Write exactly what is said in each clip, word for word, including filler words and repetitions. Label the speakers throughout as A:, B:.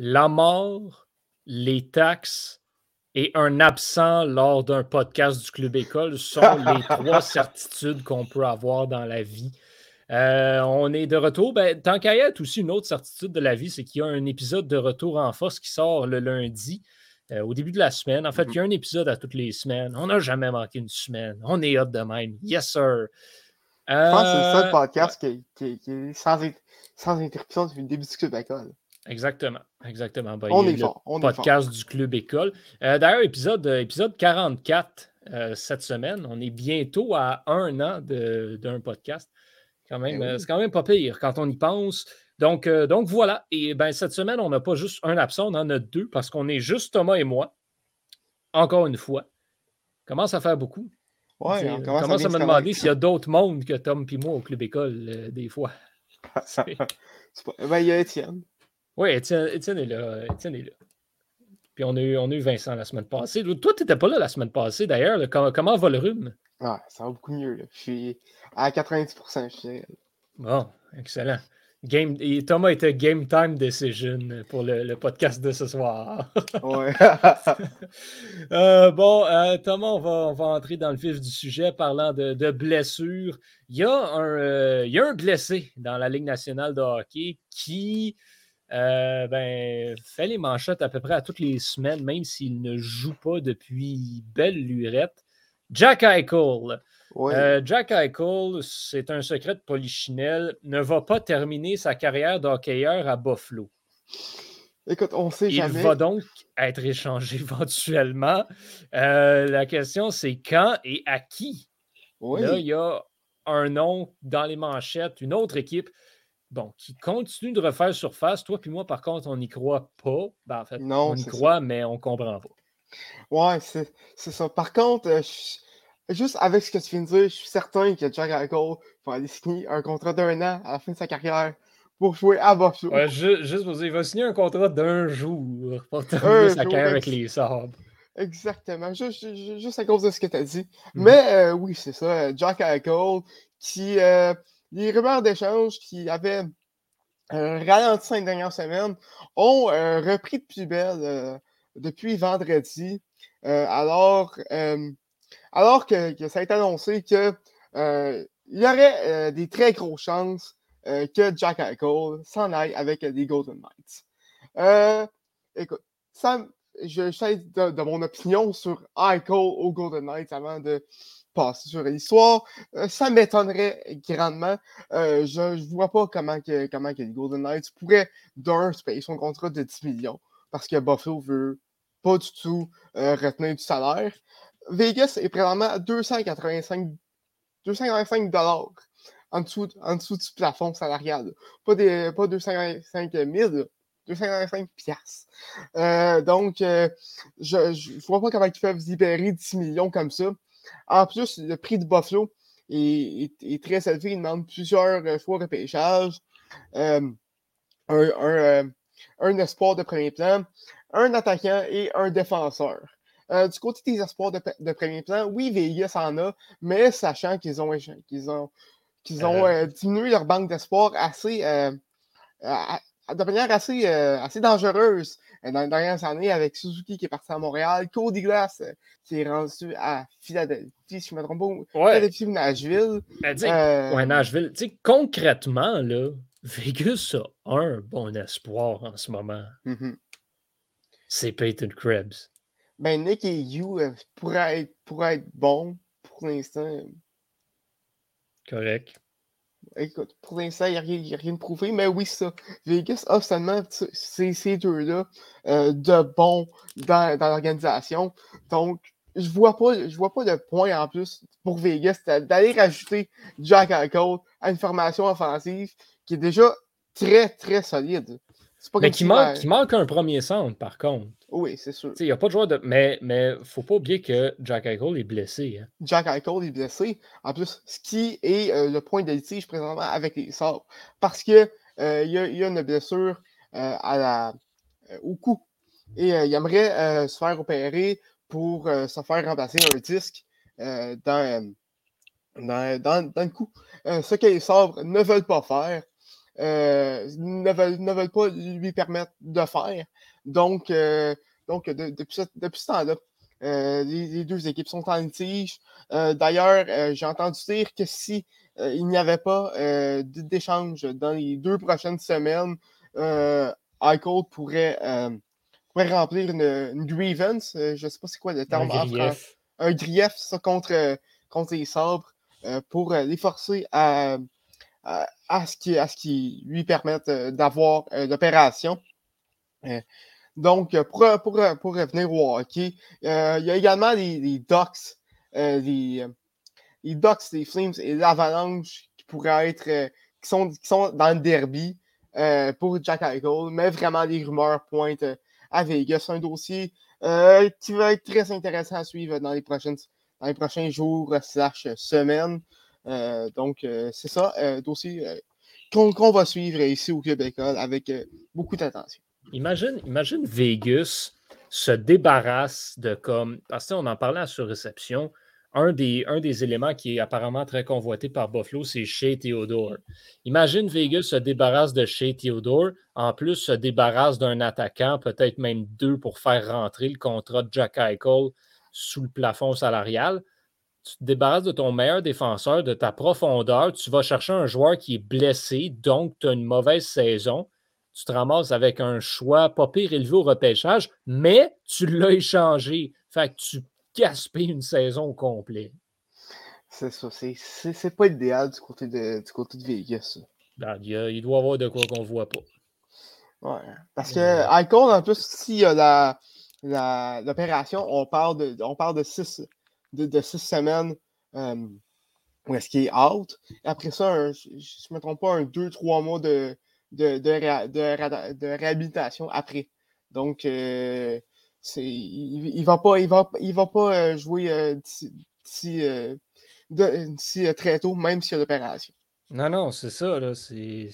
A: la mort, les taxes et un absent lors d'un podcast du Club École sont les trois certitudes qu'on peut avoir dans la vie. Euh, on est de retour. Ben, tant qu'à y être aussi, une autre certitude de la vie, c'est qu'il y a un épisode de Retour en force qui sort le lundi, euh, au début de la semaine. En fait, il y a un épisode à toutes les semaines. On n'a jamais manqué une semaine. On est hot de même. Yes, sir. Euh,
B: Je pense que c'est le seul podcast ouais. qui, qui, qui est sans, sans interruption depuis le début du Club École.
A: Exactement, exactement. Ben,
B: on
A: il y a
B: est
A: le
B: fort, on
A: podcast
B: est fort.
A: du Club École. Euh, d'ailleurs, épisode, épisode quarante-quatre euh, cette semaine. On est bientôt à un an de, d'un podcast. Quand même, oui. euh, c'est quand même pas pire quand on y pense. Donc, euh, donc voilà. Et ben, cette semaine, on n'a pas juste un absent, on en a deux parce qu'on est juste Thomas et moi. Encore une fois. Commence à faire beaucoup.
B: Ouais, on commence,
A: commence à, à me demander s'il y a d'autres mondes que Tom et moi au Club École, euh, des fois.
B: c'est pas... Ben, il y a Étienne.
A: Oui, Étienne, Étienne est là. Étienne est là. Puis on a, eu, on a eu Vincent la semaine passée. Toi, tu n'étais pas là la semaine passée, d'ailleurs. Comment, comment va le rhume?
B: Ah, ça va beaucoup mieux. Là. Je suis à quatre-vingt-dix pour cent, je dirais.
A: Bon, excellent. Game, et Thomas était Game Time Decision pour le, le podcast de ce soir.
B: Ouais.
A: euh, bon, euh, Thomas, on va, on va entrer dans le vif du sujet parlant de, de blessures. Il y, a un, euh, il y a un blessé dans la Ligue nationale de hockey qui... Euh, ben, fait les manchettes à peu près à toutes les semaines, même s'il ne joue pas depuis belle lurette. Jack Eichel.
B: Oui.
A: Euh, Jack Eichel, c'est un secret de polichinelle, ne va pas terminer sa carrière d'hockeyeur à Buffalo.
B: Écoute, on sait
A: Il
B: jamais.
A: Il va donc être échangé éventuellement. Euh, la question, c'est quand et à qui?
B: Oui.
A: Là, il y a un nom dans les manchettes, une autre équipe. Bon, qui continue de refaire surface. Toi puis moi, par contre, on n'y croit pas. Ben, en fait,
B: non,
A: on y croit,
B: ça.
A: mais on ne comprend pas.
B: Ouais, c'est, c'est ça. Par contre, euh, je, juste avec ce que tu viens de dire, je suis certain que Jack Eichel va aller signer un contrat d'un an à la fin de sa carrière pour jouer à Buffalo.
A: Ouais, juste, juste pour dire, il va signer un contrat d'un jour pour terminer sa carrière avec les Sabres.
B: Exactement, juste, juste à cause de ce que tu as dit. Mm-hmm. Mais euh, oui, c'est ça, Jack Eichel, qui, euh, les rumeurs d'échange qui avaient euh, ralenti ces dernières semaines ont euh, repris de plus belle euh, depuis vendredi, euh, alors, euh, alors que, que ça a été annoncé qu'il euh, y aurait euh, des très grosses chances euh, que Jack Eichel s'en aille avec les Golden Knights. Euh, écoute, ça je sais de, de mon opinion sur Eichel aux Golden Knights avant de passer sur l'histoire. Euh, ça m'étonnerait grandement. Euh, je ne vois pas comment, que, comment que les Golden Knights pourraient, d'un, se payer son contrat de dix millions parce que Buffalo veut pas du tout euh, retenir du salaire. Vegas est présentement à deux cent quatre-vingt-cinq dollars en dessous, en dessous du plafond salarial. Pas, des, pas deux cent vingt-cinq mille, deux cent vingt-cinq piastres. Euh, donc, euh, je ne vois pas comment ils peuvent libérer dix millions comme ça. En plus, le prix de Buffalo est, est, est très élevé. Il demande plusieurs fois repêchage. Euh, un, un, un espoir de premier plan, un attaquant et un défenseur. Euh, du côté des espoirs de, de premier plan, oui, Vegas en a, mais sachant qu'ils ont, qu'ils ont, qu'ils ont euh, diminué leur banque d'espoirs assez, euh, de manière assez, euh, assez dangereuse dans les dernières années avec Suzuki qui est parti à Montréal, Cody Glass euh, qui est rendu à Philadelphie, si je ne me trompe pas, ouais. Philadelphie ou Nashville.
A: Ben, euh... Ouais, Nashville. T'sais, concrètement, là, Vegas a un bon espoir en ce moment.
B: Mm-hmm.
A: C'est Peyton Krebs.
B: Ben, Nick et You euh, pourraient être, pourraient être bons pour l'instant.
A: Correct.
B: Écoute, pour l'instant, il n'y a, a rien de prouvé, mais oui, ça. Vegas a seulement ces, ces deux-là euh, de bons dans, dans l'organisation. Donc, je vois pas, je vois pas de point en plus pour Vegas d'aller rajouter Jack Eichel à une formation offensive qui est déjà très, très solide.
A: C'est pas mais qui, si manque, la... qui manque un premier centre, par contre.
B: Oui, c'est sûr.
A: Il n'y a pas de joueur de. Mais il ne faut pas oublier que Jack Eichel est blessé. Hein.
B: Jack Eichel est blessé. En plus, ce qui est euh, le point de litige présentement avec les Sabres. Parce qu'il euh, y, y a une blessure euh, à la, euh, au cou. Et euh, il aimerait euh, se faire opérer pour euh, se faire remplacer un disque euh, dans, dans, dans, dans le cou. Euh, ce que les Sabres ne veulent pas faire. euh, ne, veulent, ne veulent pas lui permettre de faire. Donc, euh, donc de, depuis, ce, depuis ce temps-là, euh, les, les deux équipes sont en litige. Euh, d'ailleurs, euh, j'ai entendu dire que si euh, il n'y avait pas euh, d'échange dans les deux prochaines semaines, euh, Eichel pourrait, euh, pourrait remplir une, une grievance. Euh, je ne sais pas c'est quoi le terme
A: Un
B: en français.
A: grief.
B: Un grief, ça, contre, contre les Sabres, euh, pour euh, les forcer à, à, à ce qui, à ce qui lui permette euh, d'avoir euh, l'opération. Euh, donc, pour, pour, pour revenir au hockey, euh, il y a également les, les Ducks, euh, les, les Ducks, les Flames et l'Avalanche qui pourraient être, euh, qui, sont, qui sont dans le derby euh, pour Jack Eichel, mais vraiment les rumeurs pointent à Vegas. Un dossier euh, qui va être très intéressant à suivre dans les, prochaines, dans les prochains jours slash semaines. Euh, donc, euh, c'est ça, euh, dossier euh, qu'on, qu'on va suivre ici au Québec avec euh, beaucoup d'attention.
A: Imagine, imagine Vegas se débarrasse de comme. Parce qu'on en parlait à Surréception. Un des, un des éléments qui est apparemment très convoité par Buffalo, c'est Shea Theodore. Imagine Vegas se débarrasse de Shea Theodore, en plus se débarrasse d'un attaquant, peut-être même deux pour faire rentrer le contrat de Jack Eichel sous le plafond salarial. Tu te débarrasses de ton meilleur défenseur, de ta profondeur, tu vas chercher un joueur qui est blessé, donc tu as une mauvaise saison. Tu te ramasses avec un choix pas pire élevé au repêchage, mais tu l'as échangé. Fait que tu gaspilles une saison au complet.
B: C'est ça, c'est, c'est, c'est pas idéal du côté de, du côté de Vegas.
A: Ben, il, y a, il doit y avoir de quoi qu'on voit pas.
B: Ouais. Parce que
A: Euh,
B: Eichel, en plus, s'il y a la, la, l'opération, on parle de, on parle de six, de, de six semaines euh, où est-ce qu'il est out. Et après ça, un, je ne me trompe pas, un deux, trois mois de, de, de, ré, de, de réhabilitation après. Donc, euh, c'est, il ne va pas, il va, il va pas euh, jouer euh, d'ici, d'ici, euh, de, d'ici euh, très tôt, même s'il y a l'opération.
A: Non, non, c'est ça, là. C'est.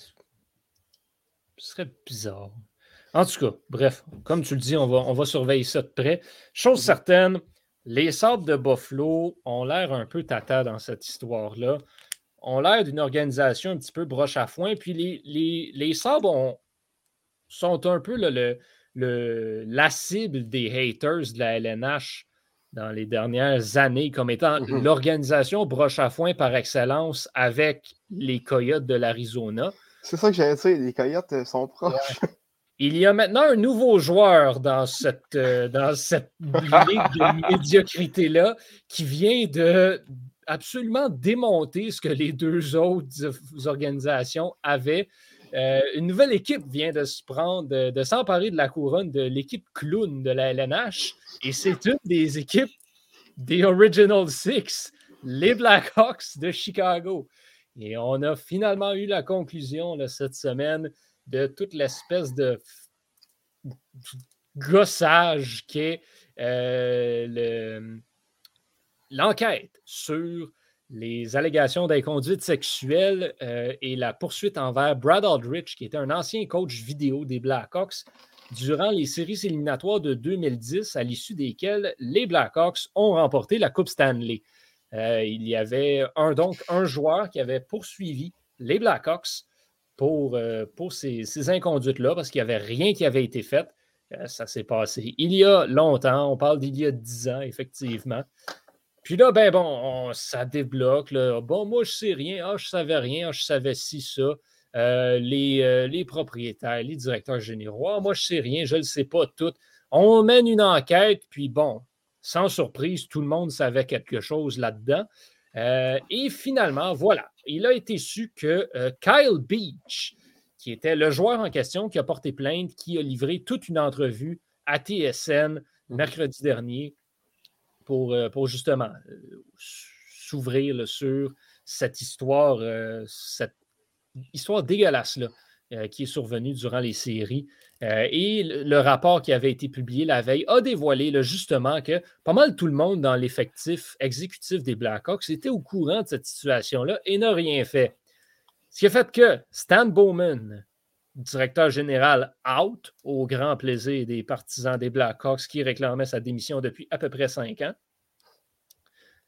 A: Ce serait bizarre. En tout cas, bref, comme tu le dis, on va, on va surveiller ça de près. Chose
B: Mhm.
A: certaine, les Sabres de Buffalo ont l'air un peu tata dans cette histoire-là. Ont l'air d'une organisation un petit peu broche à foin. Puis les, les, les Sabres ont- sont un peu le, le, le- la cible des haters de la L N H dans les dernières années comme étant
B: Mhm.
A: l'organisation broche à foin par excellence avec les Coyotes de l'Arizona.
B: C'est ça que j'allais dire, les Coyotes sont proches.
A: Il y a maintenant un nouveau joueur dans cette, euh, dans cette ligue de médiocrité-là qui vient de absolument démonter ce que les deux autres organisations avaient. Euh, une nouvelle équipe vient de se prendre, de, de s'emparer de la couronne de l'équipe clown de la L N H et c'est une des équipes des Original Six, les Blackhawks de Chicago. Et on a finalement eu la conclusion là, cette semaine de toute l'espèce de gossage qu'est euh, le, l'enquête sur les allégations d'inconduite sexuelle euh, et la poursuite envers Brad Aldrich, qui était un ancien coach vidéo des Blackhawks, durant les séries éliminatoires de deux mille dix, à l'issue desquelles les Blackhawks ont remporté la Coupe Stanley. Euh, il y avait un, donc un joueur qui avait poursuivi les Blackhawks pour, euh, pour ces, ces inconduites-là, parce qu'il n'y avait rien qui avait été fait. Euh, ça s'est passé il y a longtemps, on parle d'il y a dix ans, effectivement. Puis là, ben bon, on, ça débloque. Là. Bon, moi, je sais rien. Ah, je savais rien. Ah, je savais ci, ça. Euh, les, euh, les propriétaires, les directeurs généraux. Ah, moi, je sais rien. Je ne le sais pas tout. On mène une enquête, puis bon, sans surprise, tout le monde savait quelque chose là-dedans. Euh, et finalement, voilà, il a été su que euh, Kyle Beach, qui était le joueur en question qui a porté plainte, qui a livré toute une entrevue à T S N mercredi dernier, pour, pour justement euh, s'ouvrir là, sur cette histoire, euh, cette histoire dégueulasse-là euh, qui est survenue durant les séries. Euh, et le, le rapport qui avait été publié la veille a dévoilé là, justement que pas mal tout le monde dans l'effectif exécutif des Blackhawks était au courant de cette situation-là et n'a rien fait. Ce qui a fait que Stan Bowman, directeur général, out, au grand plaisir des partisans des Blackhawks qui réclamaient sa démission depuis à peu près cinq ans.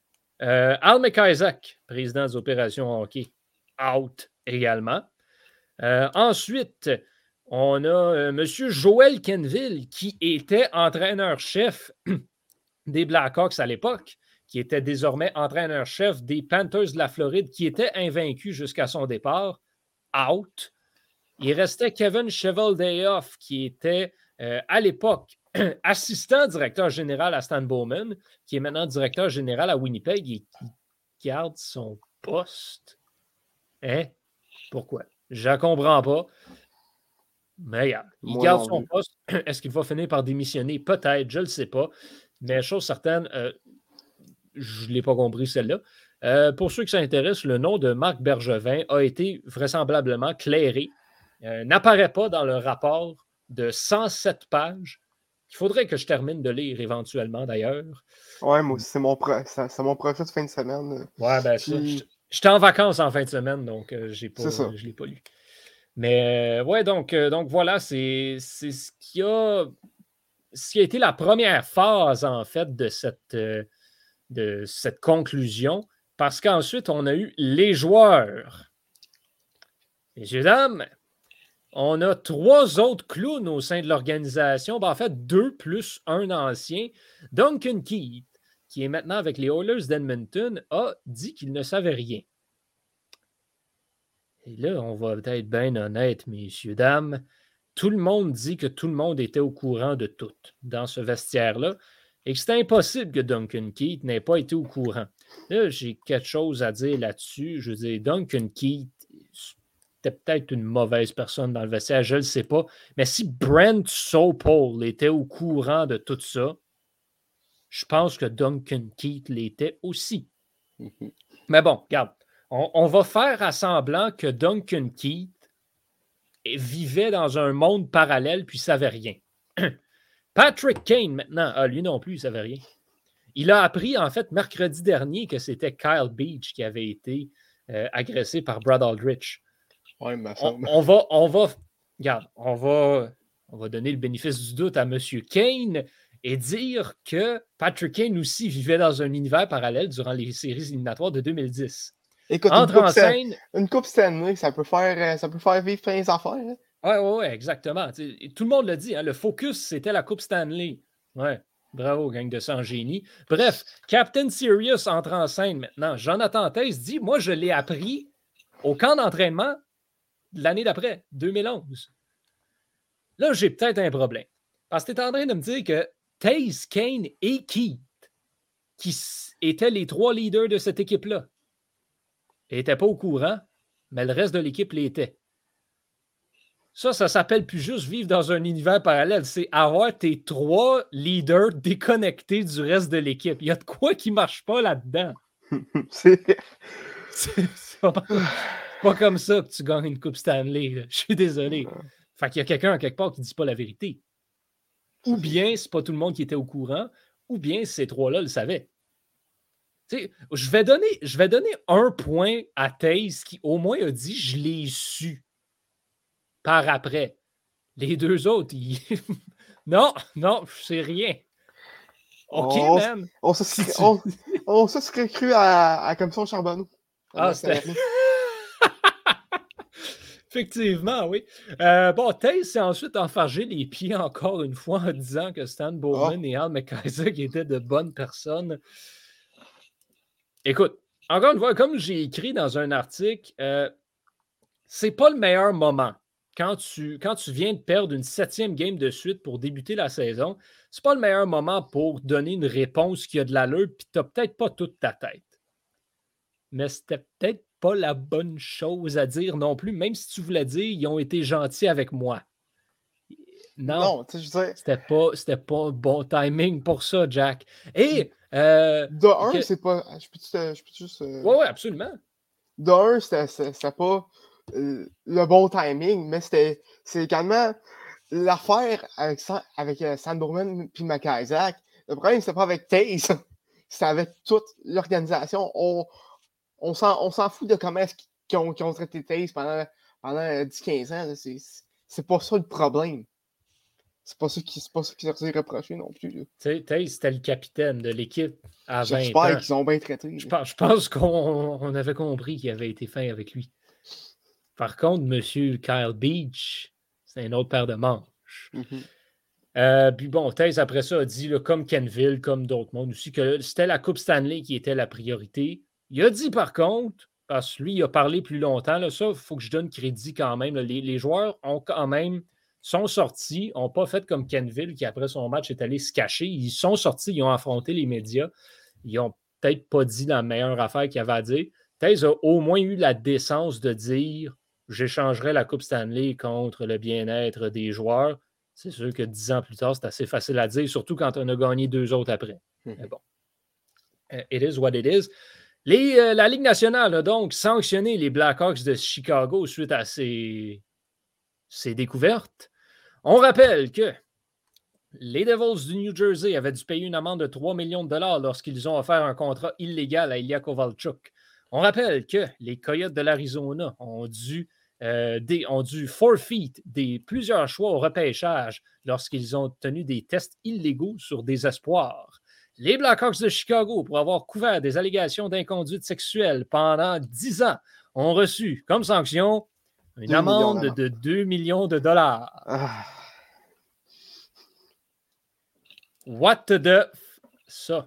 A: Euh, Al McIsaac, président des opérations hockey, out également. Euh, ensuite, on a euh, M. Joel Kenville, qui était entraîneur-chef des Blackhawks à l'époque, qui était désormais entraîneur-chef des Panthers de la Floride, qui était invaincu jusqu'à son départ, out. Il restait Kevin Cheveldayoff, qui était euh, à l'époque assistant directeur général à Stan Bowman, qui est maintenant directeur général à Winnipeg et qui garde son poste. Hein? Pourquoi? Je ne comprends pas. Mais regarde, il
B: Moi
A: garde
B: non
A: son
B: plus.
A: poste. Est-ce qu'il va finir par démissionner? Peut-être, je ne le sais pas. Mais chose certaine, euh, je ne l'ai pas compris celle-là. Euh, pour ceux qui s'intéressent, le nom de Marc Bergevin a été vraisemblablement clairé. Euh, n'apparaît pas dans le rapport de cent sept pages. Il faudrait que je termine de lire éventuellement, d'ailleurs.
B: Ouais, moi aussi, c'est mon, pro... c'est, c'est mon projet de fin de semaine.
A: Ouais, ben ça.
B: Puis...
A: J'étais en vacances en fin de semaine, donc euh, j'ai pas,
B: C'est ça.
A: je ne l'ai pas lu. Mais euh, ouais, donc, euh, donc voilà, c'est, c'est ce qui a, ce qui a été la première phase, en fait, de cette, euh, de cette conclusion, parce qu'ensuite, on a eu les joueurs. Messieurs, dames, on a trois autres clowns au sein de l'organisation. Ben, en fait, deux plus un ancien. Duncan Keith, qui est maintenant avec les Oilers d'Edmonton, a dit qu'il ne savait rien. Et là, on va être bien honnête, messieurs, dames. Tout le monde dit que tout le monde était au courant de tout dans ce vestiaire-là et que c'était impossible que Duncan Keith n'ait pas été au courant. Là, j'ai quelque chose à dire là-dessus. Je veux dire, Duncan Keith, c'était peut-être une mauvaise personne dans le vestiaire, je ne le sais pas. Mais si Brent Sopel était au courant de tout ça, je pense que Duncan Keith l'était aussi.
B: Mm-hmm.
A: Mais bon, regarde, on, on va faire à semblant que Duncan Keith vivait dans un monde parallèle puis ne savait rien. Patrick Kane, maintenant, ah, lui non plus, il ne savait rien. Il a appris, en fait, mercredi dernier que c'était Kyle Beach qui avait été euh, agressé par Brad Aldrich.
B: Ouais, ma
A: on, on va, on va, regarde, on va, on va donner le bénéfice du doute à M. Kane et dire que Patrick Kane aussi vivait dans un univers parallèle durant les séries éliminatoires de deux mille dix.
B: Écoute,
A: Entre
B: une coupe,
A: en scène...
B: Une coupe Stanley, ça peut faire, ça peut faire vivre plein d'affaires. Hein?
A: Oui, oui, ouais, exactement. T'sais, tout le monde l'a dit, hein, le focus, c'était la coupe Stanley. Ouais, bravo, gang de sang génie. Bref, Captain Serious entre en scène maintenant. Jonathan Toews dit, moi, je l'ai appris au camp d'entraînement l'année d'après, deux mille onze. Là, j'ai peut-être un problème. Parce que tu es en train de me dire que Toews, Kane et Keith, qui étaient les trois leaders de cette équipe-là, n'étaient pas au courant, mais le reste de l'équipe l'était. Ça, ça s'appelle plus juste vivre dans un univers parallèle. C'est avoir tes trois leaders déconnectés du reste de l'équipe. Il y a de quoi qui ne marche pas là-dedans.
B: c'est...
A: c'est, c'est pas, pas comme ça que tu gagnes une Coupe Stanley. Là. Je suis désolé. Fait qu'il y a quelqu'un quelque part qui ne dit pas la vérité. Ou bien c'est pas tout le monde qui était au courant, ou bien ces trois-là le savaient. T'sais, je vais donner, je vais donner un point à Toews qui au moins a dit « je l'ai su » par après. Les deux autres, ils... non, non, je sais rien. OK,
B: on,
A: man.
B: On se serait, on, on se serait cru à, à la commission Charbonneau.
A: Ah, c'était... Effectivement, oui. Euh, bon, Toews s'est ensuite enfargé les pieds encore une fois en disant que Stan Bowman oh. et Al McIsaac étaient de bonnes personnes. Écoute, encore une fois, comme j'ai écrit dans un article, euh, c'est pas le meilleur moment. Quand tu, quand tu viens de perdre une septième game de suite pour débuter la saison, c'est pas le meilleur moment pour donner une réponse qui a de l'allure, puis t'as peut-être pas toute ta tête. Mais c'était peut-être pas la bonne chose à dire non plus, même si tu voulais dire ils ont été gentils avec moi. Non, non je sais... c'était pas, c'était pas un bon timing pour ça, Jack. Et euh,
B: de un, que... c'est pas. Je peux, je peux juste. Euh...
A: Oui, oui, absolument.
B: De un, c'était, c'était pas euh, le bon timing, mais c'était c'est également l'affaire avec, avec euh, Stan Bowman et McIsaac. Le problème, c'était pas avec Toews, c'était avec toute l'organisation. On, on, s'en, on s'en fout de comment est-ce qu'ils ont, qu'ils ont traité Toews pendant, pendant dix à quinze ans. C'est, c'est pas ça le problème. C'est pas ça qui, c'est pas ça qui s'est reproché non plus. Tu
A: sais, Toews, c'était le capitaine de l'équipe à vingt ans.
B: J'espère qu'ils ont bien traité.
A: Je pense, je pense qu'on on avait compris qu'il avait été fin avec lui. Par contre, M. Kyle Beach, c'est une autre paire de manches.
B: Mm-hmm.
A: Euh, puis bon, Taze, après ça, a dit, là, comme Kenville, comme d'autres mondes aussi, que c'était la Coupe Stanley qui était la priorité. Il a dit, par contre, parce que lui, il a parlé plus longtemps, là, ça, il faut que je donne crédit quand même. Là, les, les joueurs ont quand même, sont sortis, n'ont pas fait comme Kenville, qui après son match est allé se cacher. Ils sont sortis, ils ont affronté les médias. Ils n'ont peut-être pas dit la meilleure affaire qu'il y avait à dire. Taze a au moins eu la décence de dire j'échangerai la Coupe Stanley contre le bien-être des joueurs. C'est sûr que dix ans plus tard, c'est assez facile à dire, surtout quand on a gagné deux autres après. Mm-hmm. Mais bon, uh, it is what it is. Les, euh, la Ligue nationale a donc sanctionné les Blackhawks de Chicago suite à ces, ces découvertes. On rappelle que les Devils du New Jersey avaient dû payer une amende de trois millions de dollars lorsqu'ils ont offert un contrat illégal à Ilya Kovalchuk. On rappelle que les Coyotes de l'Arizona ont dû, euh, des, ont dû forfeit des, plusieurs choix au repêchage lorsqu'ils ont tenu des tests illégaux sur des espoirs. Les Blackhawks de Chicago, pour avoir couvert des allégations d'inconduite sexuelle pendant dix ans, ont reçu comme sanction une amende de deux millions de dollars. Ah. What the... Ça.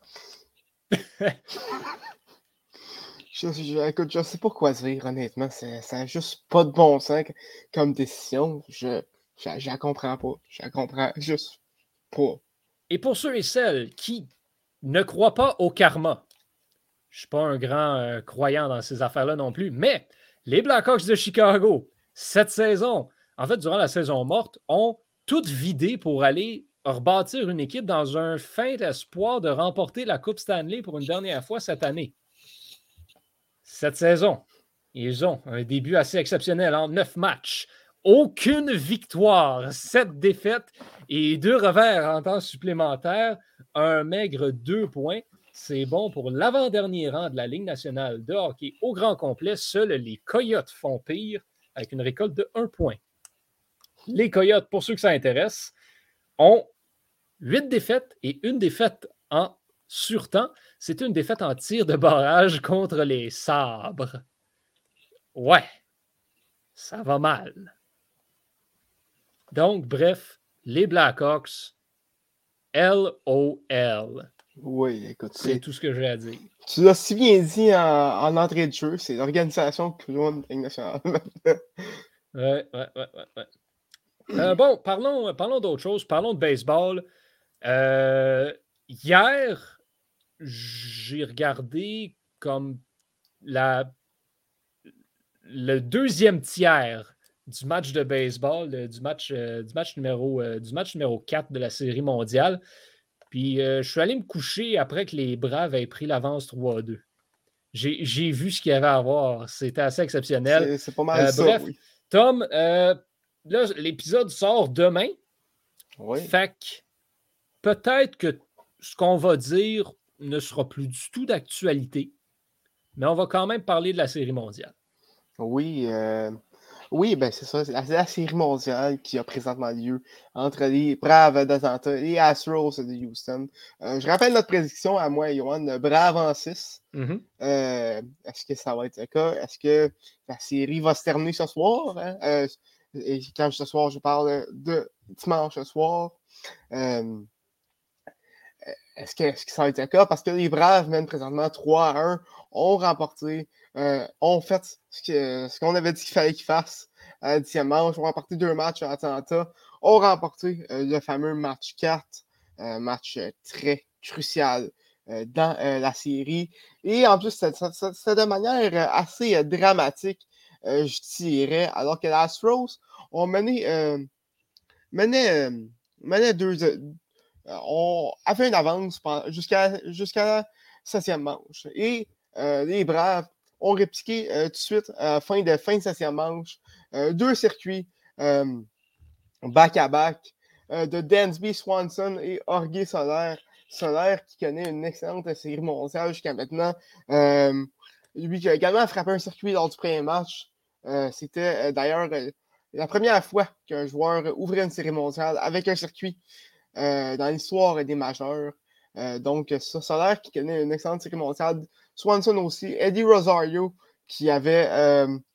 B: je, je, écoute, je sais pas quoi dire, honnêtement. Ça n'a juste pas de bon sens comme décision. Je je la comprends pas. Je la comprends juste pas.
A: Et pour ceux et celles qui ne croient pas au karma, je ne suis pas un grand euh, croyant dans ces affaires-là non plus, mais les Blackhawks de Chicago, cette saison, en fait, durant la saison morte, ont tout vidé pour aller rebâtir une équipe dans un fin espoir de remporter la Coupe Stanley pour une dernière fois cette année. Cette saison, ils ont un début assez exceptionnel en neuf matchs. Aucune victoire, sept défaites et deux revers en temps supplémentaire, un maigre deux points. C'est bon pour l'avant-dernier rang de la Ligue nationale de hockey au grand complet. Seuls les Coyotes font pire avec une récolte de un point. Les Coyotes, pour ceux que ça intéresse, ont huit défaites et une défaite en surtemps. C'est une défaite en tir de barrage contre les Sabres. Ouais, ça va mal. Donc, bref, les Blackhawks, L O L.
B: Oui, écoute,
A: c'est, c'est tout ce que j'ai à dire.
B: Tu l'as si bien dit en, en entrée de jeu, c'est l'organisation que nous avons de Ligue nationale.
A: ouais, ouais, ouais, ouais, ouais. Euh, bon, parlons, parlons d'autre chose. Parlons de baseball. Euh, hier, j'ai regardé comme la, le deuxième tiers du match de baseball, du match, euh, du match, numéro, euh, du match numéro quatre de la Série mondiale. Puis euh, je suis allé me coucher après que les Braves aient pris l'avance trois à deux. J'ai, j'ai vu ce qu'il y avait à voir. C'était assez exceptionnel.
B: C'est, c'est pas mal euh, ça,
A: bref,
B: oui.
A: Tom, euh, là, l'épisode sort demain.
B: Oui.
A: Fait que peut-être que ce qu'on va dire ne sera plus du tout d'actualité, mais on va quand même parler de la Série mondiale.
B: Oui, euh, oui, ben c'est ça. C'est la, c'est la Série mondiale qui a présentement lieu entre les Braves d'Atlanta et les Astros de Houston. Euh, je rappelle notre prédiction à moi et Yohan, Braves en six.
A: Mm-hmm.
B: Euh, est-ce que ça va être le cas? Est-ce que la série va se terminer ce soir? Hein? Euh, et quand je dis ce soir, je parle de dimanche ce soir. Euh, est-ce, que, est-ce que ça va être le cas? Parce que les Braves mènent présentement trois à un, ont remporté, euh, ont fait ce, que, ce qu'on avait dit qu'il fallait qu'ils fassent à la dixième manche, ont remporté deux matchs à Atlanta, ont remporté euh, le fameux match quatre, euh, match euh, très crucial euh, dans euh, la série. Et en plus, c'est, c'est, c'est de manière assez euh, dramatique, euh, je dirais, alors que les Astros ont mené, euh, mené, euh, mené deux... Euh, on avait une avance jusqu'à, jusqu'à la septième manche. Et euh, les Braves ont répliqué euh, tout de suite à euh, fin de fin de septième manche. Euh, deux circuits euh, back-à-back euh, de Dansby Swanson et Jorge Soler. Soler qui connaît une excellente série mondiale jusqu'à maintenant. Euh, lui qui a également frappé un circuit lors du premier match. Euh, c'était euh, d'ailleurs euh, la première fois qu'un joueur ouvrait une série mondiale avec un circuit. Euh, dans l'histoire des majeurs. Euh, donc, ça, Soler qui connaît une excellente série mondiale. Swanson aussi. Eddie Rosario qui avait, euh,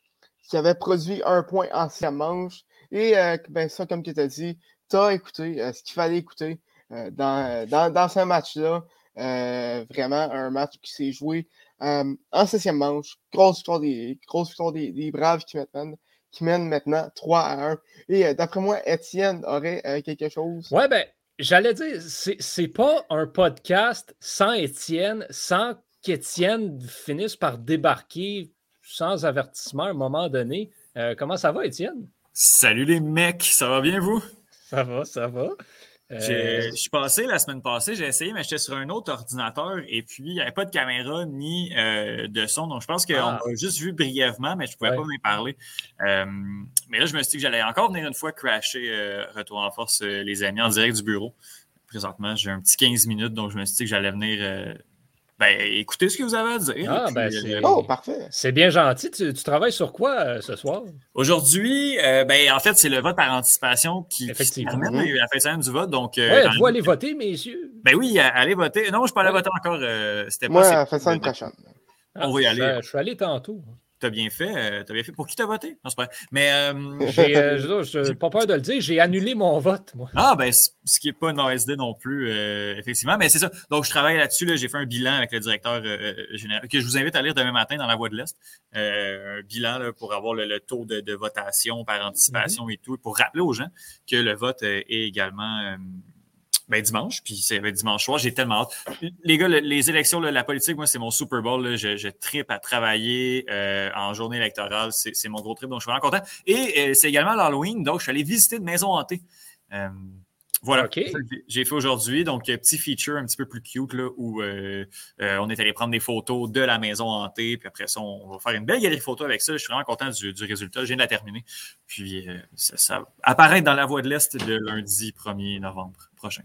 B: qui avait produit un point en sixième manche. Et euh, ben, ça, comme tu as dit, tu as écouté euh, ce qu'il fallait écouter euh, dans, dans, dans ce match-là. Euh, vraiment un match qui s'est joué euh, en septième manche. Grosse victoire des, grosse victoire des, des Braves qui mènent, qui mènent maintenant trois à un. Et euh, d'après moi, Étienne aurait euh, quelque chose.
A: Ouais, ben, j'allais dire, c'est, c'est pas un podcast sans Étienne, sans qu'Étienne finisse par débarquer sans avertissement à un moment donné. Euh, comment ça va, Étienne?
C: Salut les mecs, ça va bien vous?
A: Ça va, ça va.
C: J'ai-
A: Euh,
C: Je suis passé la semaine passée, j'ai essayé, mais j'étais sur un autre ordinateur et puis il n'y avait pas de caméra ni euh, de son. Donc je pense qu'on
A: Ah.
C: m'a juste vu brièvement, mais je ne pouvais
A: Ouais.
C: pas m'y parler. Euh, mais là, je me suis dit que j'allais encore venir une fois crasher euh, Retour en force, euh, les amis, en direct du bureau. Présentement, j'ai un petit quinze minutes, donc je me suis dit que j'allais venir euh, ben, écouter ce que vous avez à dire.
A: Ah,
C: puis,
A: ben,
C: euh,
A: c'est...
B: Oh, parfait.
A: C'est bien gentil. Tu, tu travailles sur quoi euh, ce soir?
C: Aujourd'hui, euh, ben, en fait, c'est le vote par anticipation qui, qui se
A: Effectivement.
C: termine,
B: Mhm.
C: il y a eu la fin de semaine du vote. Donc, euh,
A: Ouais,
C: dans
A: êtes-vous
C: la-
A: allez voter, messieurs?
C: Ben oui, à- allez voter. Non, je ne suis pas allé
A: Ouais.
C: voter encore. euh, c'était pas
B: Moi,
C: assez-
B: euh, fais ça une prochaine.
A: Ah,
C: On va y
A: je-
C: aller.
A: Je, suis allé tantôt.
C: T'as bien fait. euh, T'as bien fait. Pour qui t'as voté? Non, c'est pas vrai. Mais euh,
A: J'ai euh, je- je- pas peur de le dire, j'ai annulé mon vote, moi.
C: ah ben c- ce qui n'est pas une mauvaise idée non plus, euh, effectivement. Mais c'est ça. Donc je travaille là-dessus. Là. J'ai fait un bilan avec le directeur euh, général que je vous invite à lire demain matin dans la Voix de l'Est. Euh, un bilan là, pour avoir le, le taux de, de votation par anticipation
A: Mm-hmm.
C: et tout, et pour rappeler aux gens que le vote euh, est également euh, ben, dimanche, puis c'est ben, dimanche soir, j'ai tellement hâte. Les gars, le, les élections, là, la politique, moi, c'est mon Super Bowl. Là, je, je tripe à travailler euh, en journée électorale. C'est, c'est mon gros trip, donc je suis vraiment content. Et euh, c'est également l'Halloween, donc je suis allé visiter une maison hantée. Euh, voilà,
A: OK.
C: c'est ça que j'ai fait aujourd'hui. Donc, euh, petit feature un petit peu plus cute là, où euh, euh, on est allé prendre des photos de la maison hantée. Puis après ça, on va faire une belle galerie photo avec ça. Je suis vraiment content du, du résultat. Je viens de la terminer. Puis, euh, ça, ça va apparaître dans la Voix de l'Est le lundi premier novembre prochain.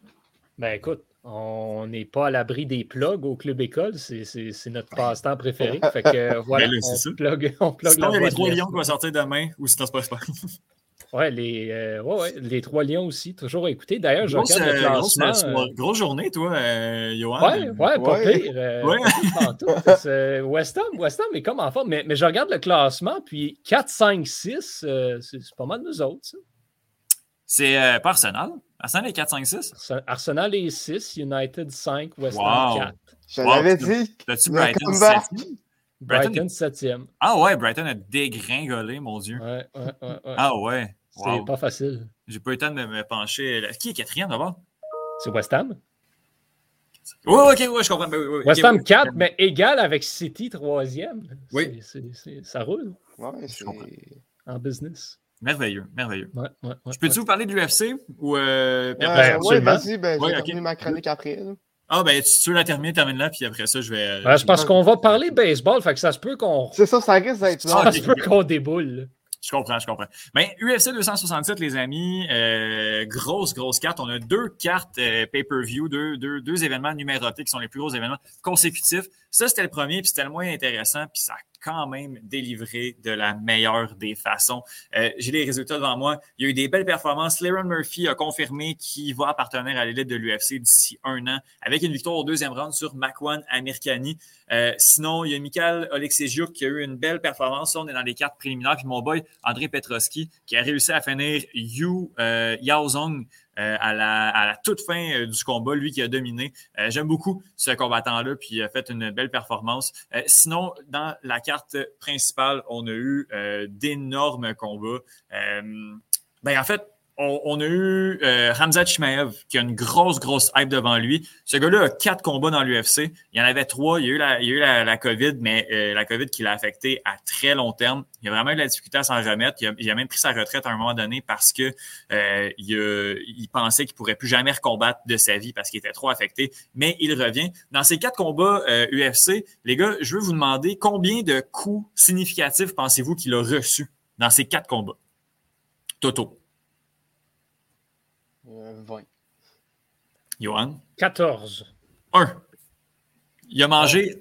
A: Ben écoute, on n'est pas à l'abri des plugs au Club École, c'est, c'est, c'est notre passe-temps préféré. Fait que euh, voilà,
C: Ben là, c'est
A: on
C: ça.
A: plug, on plug
C: Sinon,
A: la
C: il y a
A: voix
C: les
A: de
C: trois
A: l'Est.
C: lions qui vont sortir demain, ou sinon, c'est pas super.
A: Ouais, les, euh, ouais, ouais, les trois lions aussi, toujours à écouter. D'ailleurs, je
C: Grosse,
A: regarde le
C: euh, grosse,
A: classement.
C: euh, soirée-
A: euh,
C: grosse journée, toi, euh, Johan.
A: Ouais, ouais, pas
B: Ouais.
A: pire. euh,
C: Ouais.
A: pas pire pantoute. C'est- West Ham, West Ham est comme en forme, mais, mais je regarde le classement, puis quatre, cinq, six, euh, c'est, c'est pas mal nous autres, ça.
C: C'est euh, pas Arsenal. Arsenal est quatre cinq six.
A: Arse- Arsenal est six, United cinq, West Ham
C: Wow.
A: quatre.
B: Je
C: Wow,
B: l'avais
C: tu-
B: dit.
C: T'as-tu
B: Le
C: Brighton
B: comeback.
C: septième? Brighton
A: Brighton septième.
C: Ah ouais, Brighton a dégringolé, mon Dieu.
A: Ouais, ouais, ouais, ouais.
C: Ah ouais.
A: C'est
C: Wow.
A: pas facile.
C: J'ai pas eu le temps de me, me pencher. Là. Qui est quatrième d'abord?
A: C'est West Ham.
C: Oui, ok, ouais, je comprends. Ben oui, oui,
A: West
C: ok,
A: Ham
C: oui.
A: quatre, mais égal avec City troisième.
C: Oui.
A: C'est, c'est, c'est- ça roule
B: Ouais, c'est...
C: comprends.
A: en business.
C: Merveilleux, merveilleux.
A: Ouais, ouais, ouais,
C: Je peux-tu
A: ouais.
C: vous parler de l'U F C ou euh,
A: Ben,
B: Euh, ouais,
A: absolument.
B: vas-y, ben, je
C: Ouais,
B: vais
C: ok.
B: terminer ma chronique après. Là.
C: Ah ben tu, tu veux la terminer, termine là, puis après ça, je vais. euh,
A: Ben, c'est parce qu'on va parler baseball, fait que ça se peut qu'on,
B: C'est ça, ça risque d'être
C: Ah,
B: long.
A: ça se peut qu'on déboule. là.
C: Je comprends, je comprends. Ben, U F C deux cent soixante-sept, les amis, euh, grosse, grosse carte. On a deux cartes euh, pay-per-view, deux, deux, deux événements numérotés qui sont les plus gros événements consécutifs. Ça, c'était le premier, puis c'était le moins intéressant, puis ça a quand même délivré de la meilleure des façons. Euh, j'ai les résultats devant moi. Il y a eu des belles performances. Leron Murphy a confirmé qu'il va appartenir à l'élite de l'U F C d'ici un an, avec une victoire au deuxième round sur Makwan Amirkhani. Euh, sinon, il y a Mikhail Oleksiejczuk qui a eu une belle performance. Là, on est dans les cartes préliminaires. Puis mon boy André Petroski qui a réussi à finir Yu euh, Yaozong euh, à, la, à la toute fin euh, du combat, lui qui a dominé. Euh, j'aime beaucoup ce combattant-là, puis il a fait une belle performance. Euh, sinon, dans la carte principale, on a eu euh, d'énormes combats. Euh, ben, en fait, On, on a eu euh, Khamzat Chimaev qui a une grosse, grosse hype devant lui. Ce gars-là a quatre combats dans l'U F C. Il y en avait trois. Il y a eu la, il y a eu la, la COVID, mais euh, la COVID qui l'a affecté à très long terme. Il a vraiment eu de la difficulté à s'en remettre. Il a, il a même pris sa retraite à un moment donné parce que euh, il, a, il pensait qu'il pourrait plus jamais recombattre de sa vie parce qu'il était trop affecté. Mais il revient. Dans ces quatre combats euh, U F C, les gars, je veux vous demander combien de coups significatifs pensez-vous qu'il a reçus dans ces quatre combats? Toto.
B: Euh, vingt.
C: Johan?
A: quatorze.
C: Un. Il a mangé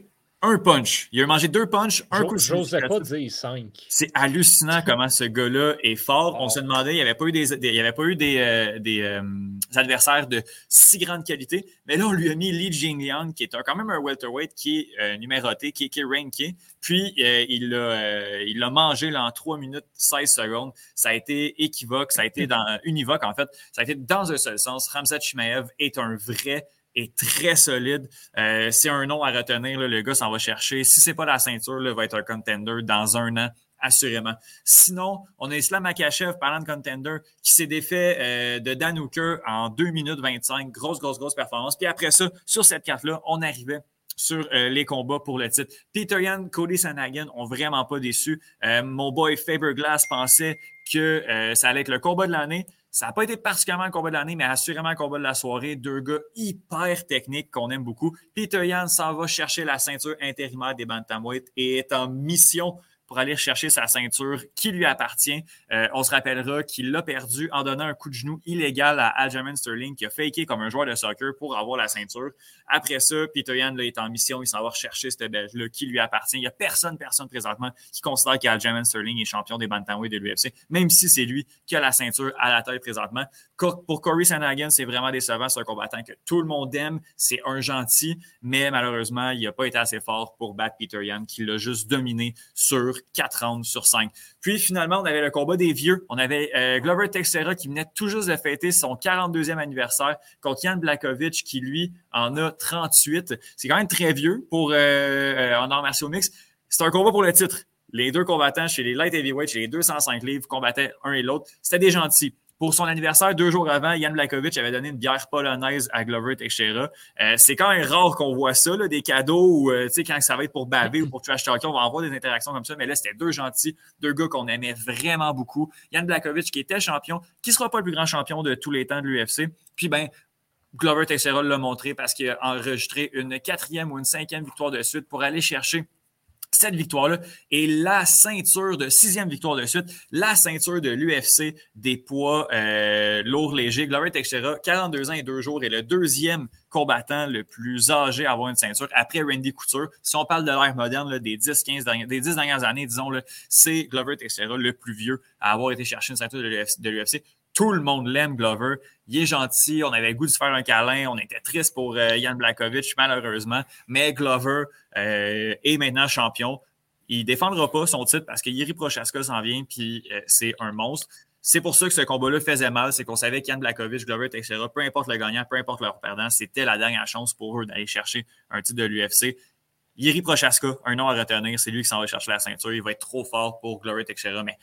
C: un punch. Il a mangé deux punches, un
A: Jo-
C: coup de
A: J'osais pas
C: significatif.
A: dire cinq.
C: C'est hallucinant comment ce gars-là est fort. On
A: Oh.
C: se demandait, il n'y avait pas eu des, des- il y avait pas eu des, euh, des euh, adversaires de si grande qualité. Mais là, on lui a mis Li Jingliang, qui est un, quand même un welterweight, qui est euh, numéroté, qui est, qui est ranké. Puis, euh, il l'a euh, il l'a mangé là, en trois minutes seize secondes. Ça a été équivoque, ça a été dans, univoque, en fait. Ça a été dans un seul sens. Khamzat Chimaev est un vrai est très solide. Euh, c'est un nom à retenir. Là, le gars s'en va chercher. Si c'est pas la ceinture, il va être un contender dans un an, assurément. Sinon, on a Islam Makhachev, parlant de contender, qui s'est défait euh, de Dan Hooker en deux minutes vingt-cinq. Grosse, grosse, grosse performance. Puis après ça, sur cette carte-là, on arrivait sur euh, les combats pour le titre. Peter Yan, Cody Sanagan ont vraiment pas déçu. Euh, mon boy Faber Glass pensait que euh, ça allait être le combat de l'année. Ça n'a pas été particulièrement le combat de l'année, mais assurément le combat de la soirée. Deux gars hyper techniques qu'on aime beaucoup. Peter Yan s'en va chercher la ceinture intérimaire des bantamweight et est en mission pour aller chercher sa ceinture qui lui appartient. Euh, on se rappellera qu'il l'a perdu en donnant un coup de genou illégal à Aljamain Sterling qui a faké comme un joueur de soccer pour avoir la ceinture. Après ça, Peter Yan là, est en mission. Il s'en va rechercher cette belt-là qui lui appartient. Il n'y a personne, personne présentement qui considère qu'Aljamain Sterling est champion des bantamweight de l'U F C, même si c'est lui qui a la ceinture à la tête présentement. Pour Corey Sandhagen, c'est vraiment décevant. C'est un combattant que tout le monde aime. C'est un gentil, mais malheureusement, il n'a pas été assez fort pour battre Peter Yan qui l'a juste dominé sur quatre rounds sur cinq. Puis finalement, on avait le combat des vieux. On avait euh, Glover Teixeira qui venait tout juste de fêter son quarante-deuxième anniversaire contre Jan Blachowicz qui, lui, en a trente-huit. C'est quand même très vieux pour euh, euh, en arts martiaux mix. C'est un combat pour le titre. Les deux combattants chez les light heavyweight, chez les deux cent cinq livres, combattaient un et l'autre. C'était des gentils. Pour son anniversaire, deux jours avant, Jan Blachowicz avait donné une bière polonaise à Glover Teixeira. Euh, c'est quand même rare qu'on voit ça, là, des cadeaux ou euh, quand ça va être pour baver ou pour trash talker, on va avoir des interactions comme ça. Mais là, c'était deux gentils, deux gars qu'on aimait vraiment beaucoup. Jan Blachowicz qui était champion, qui ne sera pas le plus grand champion de tous les temps de l'U F C. Puis ben, Glover Teixeira l'a montré parce qu'il a enregistré une quatrième ou une cinquième victoire de suite pour aller chercher cette victoire-là et la ceinture de sixième victoire de suite, la ceinture de l'U F C des poids euh, lourds légers. Glover Teixeira, quarante-deux ans et deux jours, est le deuxième combattant le plus âgé à avoir une ceinture après Randy Couture. Si on parle de l'ère moderne, là, des dix, quinze dernières, des dix dernières années, disons, là, c'est Glover Teixeira le plus vieux à avoir été chercher une ceinture de l'U F C. De l'U F C. Tout le monde l'aime, Glover. Il est gentil. On avait le goût de se faire un câlin. On était triste pour euh, Jan Blachowicz, malheureusement. Mais Glover euh, est maintenant champion. Il ne défendra pas son titre parce que Jiří Procházka s'en vient puis euh, c'est un monstre. C'est pour ça que ce combat-là faisait mal. C'est qu'on savait qu'Jan Blachowicz, Glover Teixeira, peu importe le gagnant, peu importe leur perdant, c'était la dernière chance pour eux d'aller chercher un titre de l'U F C. Jiří Procházka, un nom à retenir. C'est lui qui s'en va chercher la ceinture. Il va être trop fort pour Glover Teixeira, mais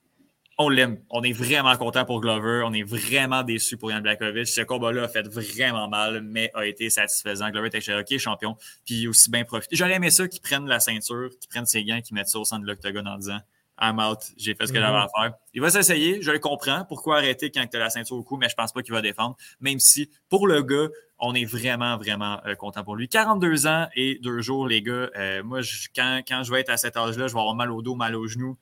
C: on l'aime. On est vraiment content pour Glover. On est vraiment déçus pour Jan Blachowicz. Ce combat-là a fait vraiment mal, mais a été satisfaisant. Glover Teixeira qui est champion, puis aussi bien profité. J'aurais aimé ça qu'ils prennent la ceinture, qu'ils prennent ses gants, qu'ils mettent ça au centre de l'octogone en disant « I'm out, j'ai fait ce que mm-hmm. j'avais à faire ». Il va s'essayer, je le comprends. Pourquoi arrêter quand tu as la ceinture au cou, mais je pense pas qu'il va défendre. Même si, pour le gars, on est vraiment, vraiment euh, content pour lui. quarante-deux ans et deux jours, les gars. Euh, moi, je, quand, quand je vais être à cet âge-là, je vais avoir mal au dos, mal aux genoux.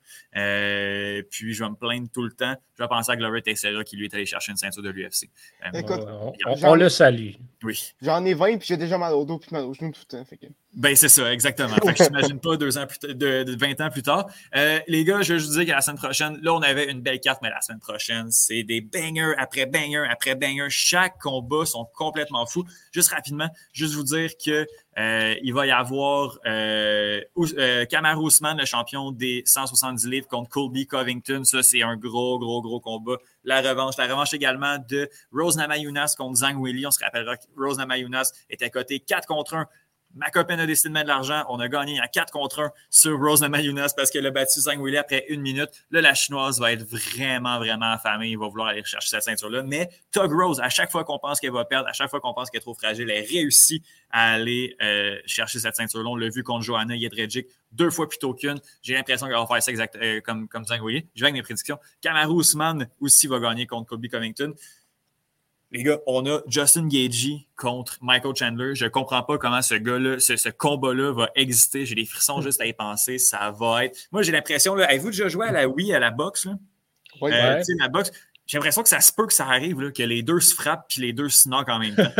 C: Euh, puis, je vais me plaindre tout le temps. Je vais penser à Glover Teixeira qui, lui, est allé chercher une ceinture de l'U F C.
B: Euh, Écoute,
A: on, on, on le salue.
C: Oui.
B: J'en ai vingt puis j'ai déjà mal au dos puis mal aux genoux tout le temps. Fait que...
C: Ben, c'est ça, exactement. Fait que je t'imagine pas deux ans plus t- de, de vingt ans plus tard. Euh, les gars, je vais juste dire que la semaine prochaine, là, on avait une belle carte, mais la semaine prochaine, c'est des bangers après bangers après bangers. Chaque combat sont complètement fous. Juste rapidement, juste vous dire que euh, il va y avoir euh, euh, Kamaru Usman, le champion des cent soixante-dix livres, contre Colby Covington. Ça, c'est un gros, gros, gros combat. La revanche. La revanche également de Rose Namajunas contre Zhang Weili. On se rappellera que Rose Namajunas était coté quatre contre un. Ma copine a décidé de mettre de l'argent. On a gagné à quatre contre un sur Rose Namajunas parce qu'elle a battu Zhang Weili après une minute. Là, la Chinoise va être vraiment, vraiment affamée. Il va vouloir aller chercher cette ceinture-là. Mais Tug Rose, à chaque fois qu'on pense qu'elle va perdre, à chaque fois qu'on pense qu'elle est trop fragile, elle réussit à aller euh, chercher cette ceinture-là. On l'a vu contre Joanna Jedrzejczyk deux fois plutôt qu'une. J'ai l'impression qu'elle va faire ça exact, euh, comme, comme Zhang Weili. Je vais avec mes prédictions. Kamaru Usman aussi va gagner contre Colby Covington. Les gars, on a Justin Gaethje contre Michael Chandler. Je comprends pas comment ce gars-là, ce, ce combat-là va exister. J'ai des frissons juste à y penser. Ça va être... Moi, j'ai l'impression, là, avez-vous déjà joué à la Wii, à la boxe? Là?
B: Oui,
C: euh,
A: ouais.
C: Tu sais, la boxe, j'ai l'impression que ça se peut que ça arrive, là, que les deux se frappent puis les deux se knockent en même temps.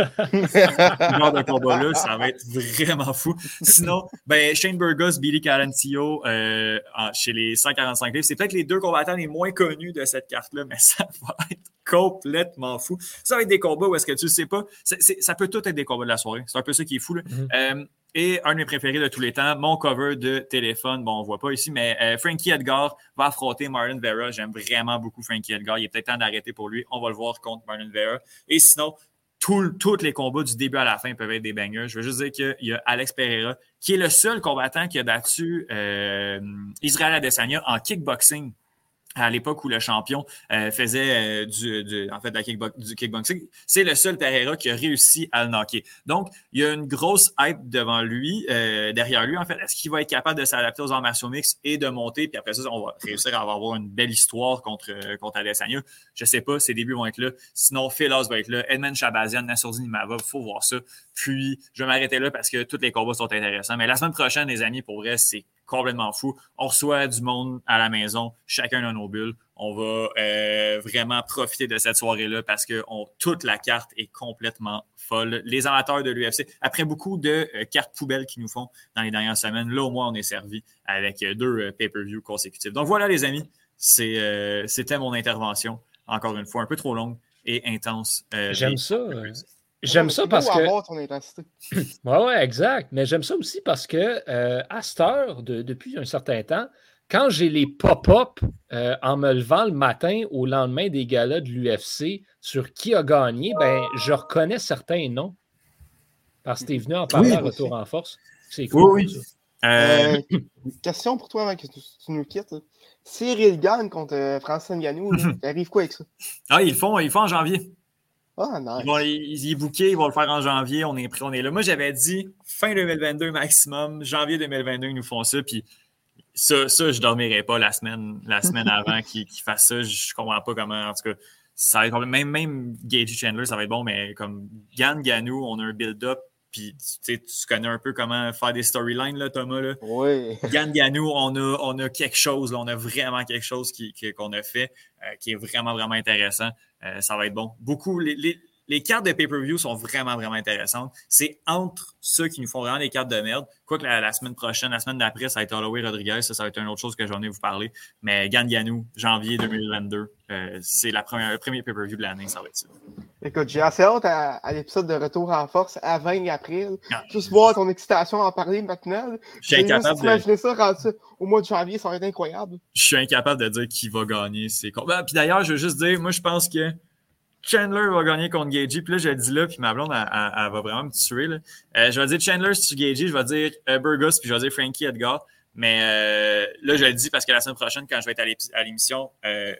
C: Ce genre de combat-là, ça va être vraiment fou. Sinon, ben, Shane Burgos, Billy Carantillo euh, chez les cent quarante-cinq livres, c'est peut-être les deux combattants les moins connus de cette carte-là, mais ça va être complètement fou. Ça va être des combats où est-ce que tu le sais pas. C'est, c'est, ça peut tout être des combats de la soirée. C'est un peu ça qui est fou. Là. Mm-hmm. Euh, Et un de mes préférés de tous les temps, mon cover de téléphone, bon, on ne voit pas ici, mais euh, Frankie Edgar va affronter Marlon Vera. J'aime vraiment beaucoup Frankie Edgar. Il est peut-être temps d'arrêter pour lui. On va le voir contre Marlon Vera. Et sinon, tous les combats du début à la fin peuvent être des bangers. Je veux juste dire qu'il y a Alex Pereira, qui est le seul combattant qui a battu euh, Israel Adesanya en kickboxing. À l'époque où le champion euh, faisait euh, du, du, en fait, de la kickbo- du kickboxing, c'est le seul Pereira qui a réussi à le knocker. Donc, il y a une grosse hype devant lui, euh, derrière lui. En fait, est-ce qu'il va être capable de s'adapter aux arts martiaux mixtes et de monter? Puis après ça, on va réussir à avoir une belle histoire contre, euh, contre Adesanya. Je sais pas, ses débuts vont être là. Sinon, Philos va être là. Edmond Shabazian, Nassourdine Imavov, il faut voir ça. Puis, je vais m'arrêter là parce que tous les combats sont intéressants. Mais la semaine prochaine, les amis, pour vrai, c'est complètement fou. On reçoit du monde à la maison, chacun dans nos bulles. On va euh, vraiment profiter de cette soirée-là parce que on, toute la carte est complètement folle. Les amateurs de l'U F C, après beaucoup de euh, cartes poubelles qu'ils nous font dans les dernières semaines, là au moins on est servi avec euh, deux euh, pay-per-view consécutifs. Donc voilà les amis, c'est, euh, c'était mon intervention. Encore une fois, un peu trop longue et intense. Euh,
A: J'aime
C: des...
A: ça. Euh... J'aime
B: ouais,
A: ça parce que.
B: Avoir ton intensité.
A: Oui, ouais, exact. Mais j'aime ça aussi parce que euh, à cette heure, de, depuis un certain temps, quand j'ai les pop-up euh, en me levant le matin au lendemain des galas de l'U F C sur qui a gagné, ben je reconnais certains noms. Parce que tu es venu en parler
C: oui,
A: à Retour en Force. C'est cool.
C: Oui, oui.
B: Euh, euh, question pour toi avant que tu, tu nous quittes. Là. Cyril gagne contre euh, Francis Ngannou, t'arrives quoi avec ça?
C: Ah, ils le font, ils le font en janvier.
B: Ah, nice.
C: Ils vont ils y booker, ils vont le faire en janvier, on est prêt, on est là. Moi, j'avais dit fin deux mille vingt-deux maximum, janvier deux mille vingt-deux, ils nous font ça, puis ça, ça je ne dormirai pas la semaine, la semaine avant qu'ils, qu'ils fassent ça. Je comprends pas comment, en tout cas, ça va être même, même Gage Chandler, ça va être bon, mais comme Gan Ganou, on a un build-up, puis tu connais un peu comment faire des storylines, là, Thomas. Là.
B: Oui.
C: Gan Ganou, on a, on a quelque chose, là, on a vraiment quelque chose qui, qui, qu'on a fait, euh, qui est vraiment, vraiment intéressant. Euh, ça va être bon. Beaucoup, les, les, les cartes de pay-per-view sont vraiment, vraiment intéressantes. C'est entre ceux qui nous font vraiment des cartes de merde. Quoique la, la semaine prochaine, la semaine d'après, ça va être Holloway Rodriguez. Ça, ça va être une autre chose que j'en ai vous parler. Mais Gan Ganou, janvier deux mille vingt-deux, euh, c'est la première, le premier pay-per-view de l'année. Ça va être ça.
B: Écoute, j'ai assez hâte à, à l'épisode de Retour en Force à vingt avril. Ah. Juste voir ton excitation à en parler maintenant.
C: Je suis incapable
B: de... Imaginer ça, rendre ça au mois de janvier, ça va être incroyable.
C: Je suis incapable de dire qui va gagner. C'est... Ben, puis d'ailleurs, je veux juste dire, moi, je pense que Chandler va gagner contre Gagey. Puis là, je le dis là, puis ma blonde, elle, elle, elle va vraiment me tuer. Là. Euh, je vais dire Chandler sur Gagey, je vais dire euh, Burgos, puis je vais dire Frankie Edgar. Mais euh, là, je le dis parce que la semaine prochaine, quand je vais être à, l'ép- à l'émission, euh,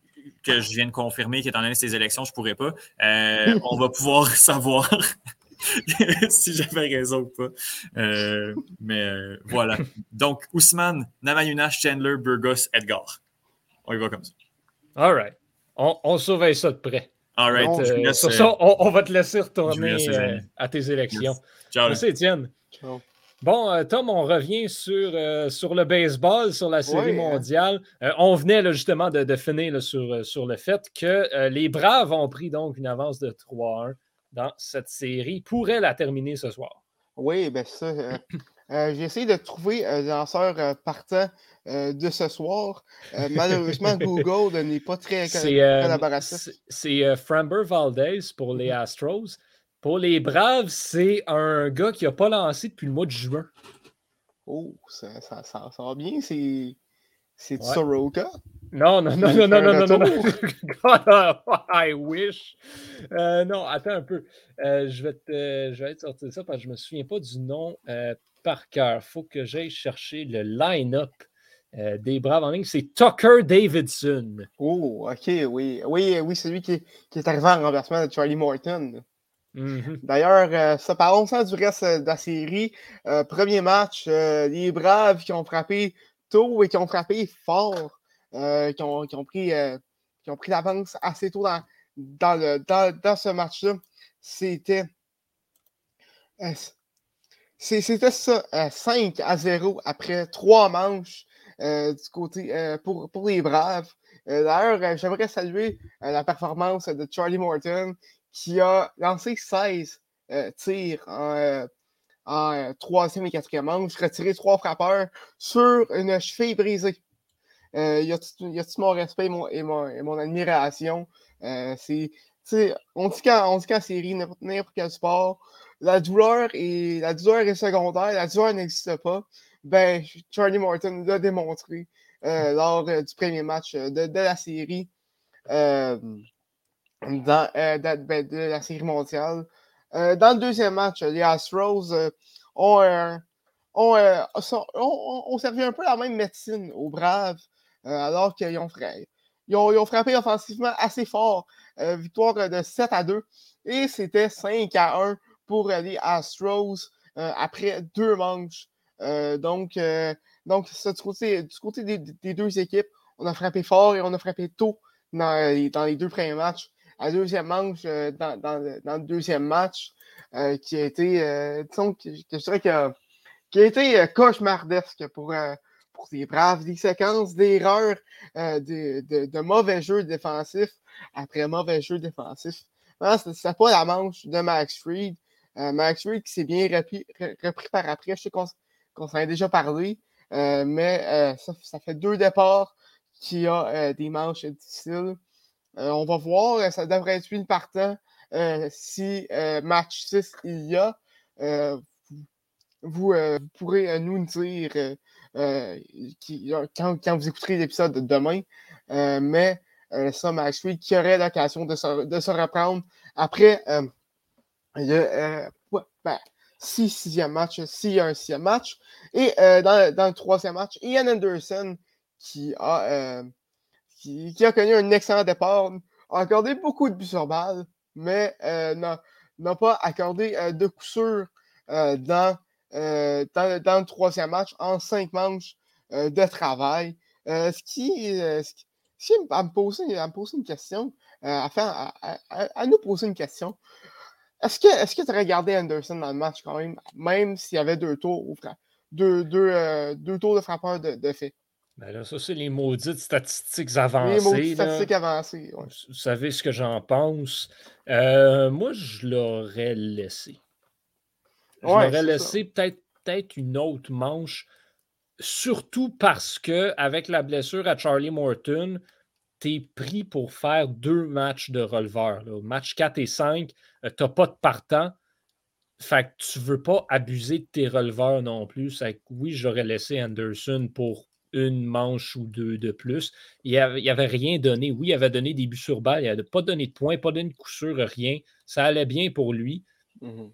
C: que je viens de confirmer qu'étant donné ces élections, je ne pourrais pas, euh, on va pouvoir savoir si j'avais raison ou pas. Euh, mais euh, voilà. Donc, Ousmane, Namajunas, Chandler, Burgos, Edgar. On y va comme ça.
A: All right. On, on surveille ça de près.
C: All right.
A: Donc, euh, laisse, sur ça, on, on va te laisser retourner
C: laisse
A: euh, à tes élections.
C: Yes. Ciao.
A: Merci, Étienne.
B: Ciao.
A: Bon, euh, Tom, on revient sur, euh, sur le baseball, sur la série oui, mondiale. Hein. Euh, on venait là, justement de, de finir là, sur, sur le fait que euh, les Braves ont pris donc une avance de trois à un dans cette série. Pourraient la terminer ce soir.
B: Oui, bien ça. Euh, euh, j'ai essayé de trouver un lanceur euh, partant euh, de ce soir. Euh, malheureusement, Google n'est pas très
A: c'est, euh, collaboratif. C'est, c'est euh, Framber Valdez pour les Astros. Pour les Braves, c'est un gars qui n'a pas lancé depuis le mois de juin.
B: Oh, ça, ça, ça, ça va bien. C'est, c'est
A: ouais.
B: Soroka?
A: Non, non, non, non, non, non, non, non, non. I wish. Euh, non, attends un peu. Euh, je vais te, je vais te sortir ça parce que je ne me souviens pas du nom euh, par cœur. Il faut que j'aille chercher le line-up euh, des Braves en ligne. C'est Tucker Davidson.
B: Oh, OK, oui. Oui, oui, c'est lui qui, qui est arrivé en remplacement de Charlie Morton.
A: Mm-hmm.
B: D'ailleurs, euh, ça parlons sans du reste de la série. Euh, premier match, euh, les Braves qui ont frappé tôt et qui ont frappé fort, euh, qui, ont, qui ont pris, euh, qui ont pris l'avance assez tôt dans, dans, le, dans, dans ce match-là. C'était, euh, c'était ça, euh, cinq à zéro après trois manches euh, du côté euh, pour, pour les Braves. Euh, d'ailleurs, euh, j'aimerais saluer euh, la performance de Charlie Morton qui a lancé seize euh, tirs en, euh, en euh, troisième et quatrième manche, retiré trois frappeurs sur une cheville brisée. Euh, il y a tout, y a tout mon respect et mon, et mon, et mon admiration. Euh, c'est, on dit qu'en, on dit qu'en série, n'importe, n'importe quel sport, la douleur, est, la douleur est secondaire, la douleur n'existe pas. Ben, Charlie Morton l'a démontré euh, lors euh, du premier match de, de la série, euh, dans, euh, de, ben, de la série mondiale. Euh, dans le deuxième match, les Astros euh, ont, euh, ont, euh, sont, ont, ont servi un peu la même médecine aux Braves, euh, alors qu'ils ont, ils ont, ils ont frappé offensivement assez fort. Euh, victoire de sept à deux. Et c'était cinq à un pour les Astros euh, après deux manches. Euh, donc, euh, donc ça, du côté, du côté des, des, deux équipes, on a frappé fort et on a frappé tôt dans les, dans les deux premiers matchs. La deuxième manche, euh, dans, dans, le, dans le deuxième match, euh, qui a été, euh, disons, que, que je dirais que qui a été euh, cauchemardesque pour, euh, pour les Braves. Des séquences d'erreurs, euh, de, de, de mauvais jeux défensifs après mauvais jeux défensifs. C'est pas la manche de Max Fried. Euh, Max Fried qui s'est bien repris, repris par après. Je sais qu'on, qu'on s'en a déjà parlé, euh, mais euh, ça, ça fait deux départs qui a euh, des manches difficiles. Euh, on va voir, ça devrait être une partant euh, si euh, match six il y a. Euh, Vous, euh, vous pourrez euh, nous dire euh, euh, qui, quand, quand vous écouterez l'épisode de demain. Euh, mais euh, ça, Max Fried qui aurait l'occasion de se, de se reprendre après euh, le euh, ouais, ben, six, sixième match, s'il y a un sixième match. Et euh, dans, dans le troisième match, Ian Anderson qui a, euh, qui, qui a connu un excellent départ, a accordé beaucoup de buts sur balle, mais euh, n'a, n'a pas accordé euh, de coup sûr euh, dans Euh, dans, dans le troisième match, en cinq manches euh, de travail. Euh, ce qui, euh, ce qui, ce qui à, me poser, à me poser une question, euh, à, faire, à, à, à, nous poser une question. Est-ce que est-ce que tu as regardé Anderson dans le match quand même, même s'il y avait deux tours, deux, deux, euh, deux tours de frappeur de, de fait?
A: Ben là, ça, c'est les maudites statistiques
B: Les
A: avancées.
B: maudites statistiques avancées. Ouais.
A: Vous savez ce que j'en pense. Euh, moi, je l'aurais laissé. Je
B: ouais,
A: l'aurais laissé ça. peut-être peut-être une autre manche, surtout parce que avec la blessure à Charlie Morton, tu es pris pour faire deux matchs de releveur. Là. Match quatre et cinq, euh, tu n'as pas de partant. Fait que tu ne veux pas abuser de tes releveurs non plus. Fait que oui, j'aurais laissé Anderson pour une manche ou deux de plus. Il n'avait avait rien donné. Oui, il avait donné des buts sur balle. Il n'avait pas donné de points, pas donné de coup sûr, rien. Ça allait bien pour lui. Mm-hmm.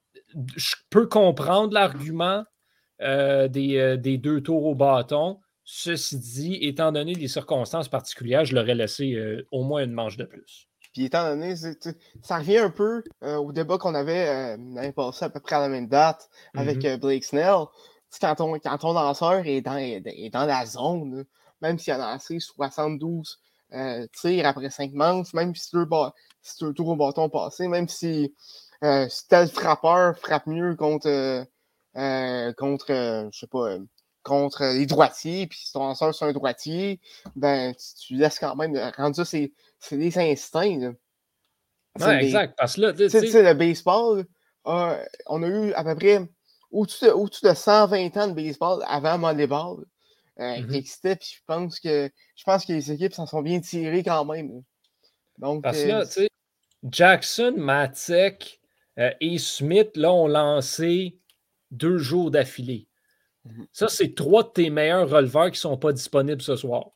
A: Je peux comprendre l'argument euh, des, euh, des deux tours au bâton. Ceci dit, étant donné les circonstances particulières, je l'aurais laissé euh, au moins une manche de plus.
B: Puis étant donné, ça revient un peu euh, au débat qu'on avait euh, l'année passée à peu près à la même date avec mm-hmm. euh, Blake Snell. Quand ton, quand ton lanceur est dans, est dans la zone, là, même s'il a lancé soixante-douze euh, tirs après cinq manches, même si tu ba- si deux tours au bâton passé, même si, euh, si tel frappeur frappe mieux contre, euh, euh, contre euh, je sais pas, euh, contre les droitiers, puis si ton lanceur c'est un droitier, ben tu, tu laisses quand même, rendu ça, c'est, c'est des instincts. Là.
A: Ouais, exact. Des, parce que là, tu
B: sais, le baseball, euh, on a eu à peu près au-dessus de, au-dessus de cent vingt ans de baseball avant Moneyball euh, mm-hmm. qui existait, puis je pense que je pense que les équipes s'en sont bien tirées quand même. Donc,
A: parce que là, tu sais, Jackson, Matzek euh, et Smith, là, ont lancé deux jours d'affilée. Mm-hmm. Ça, c'est trois de tes meilleurs releveurs qui ne sont pas disponibles ce soir.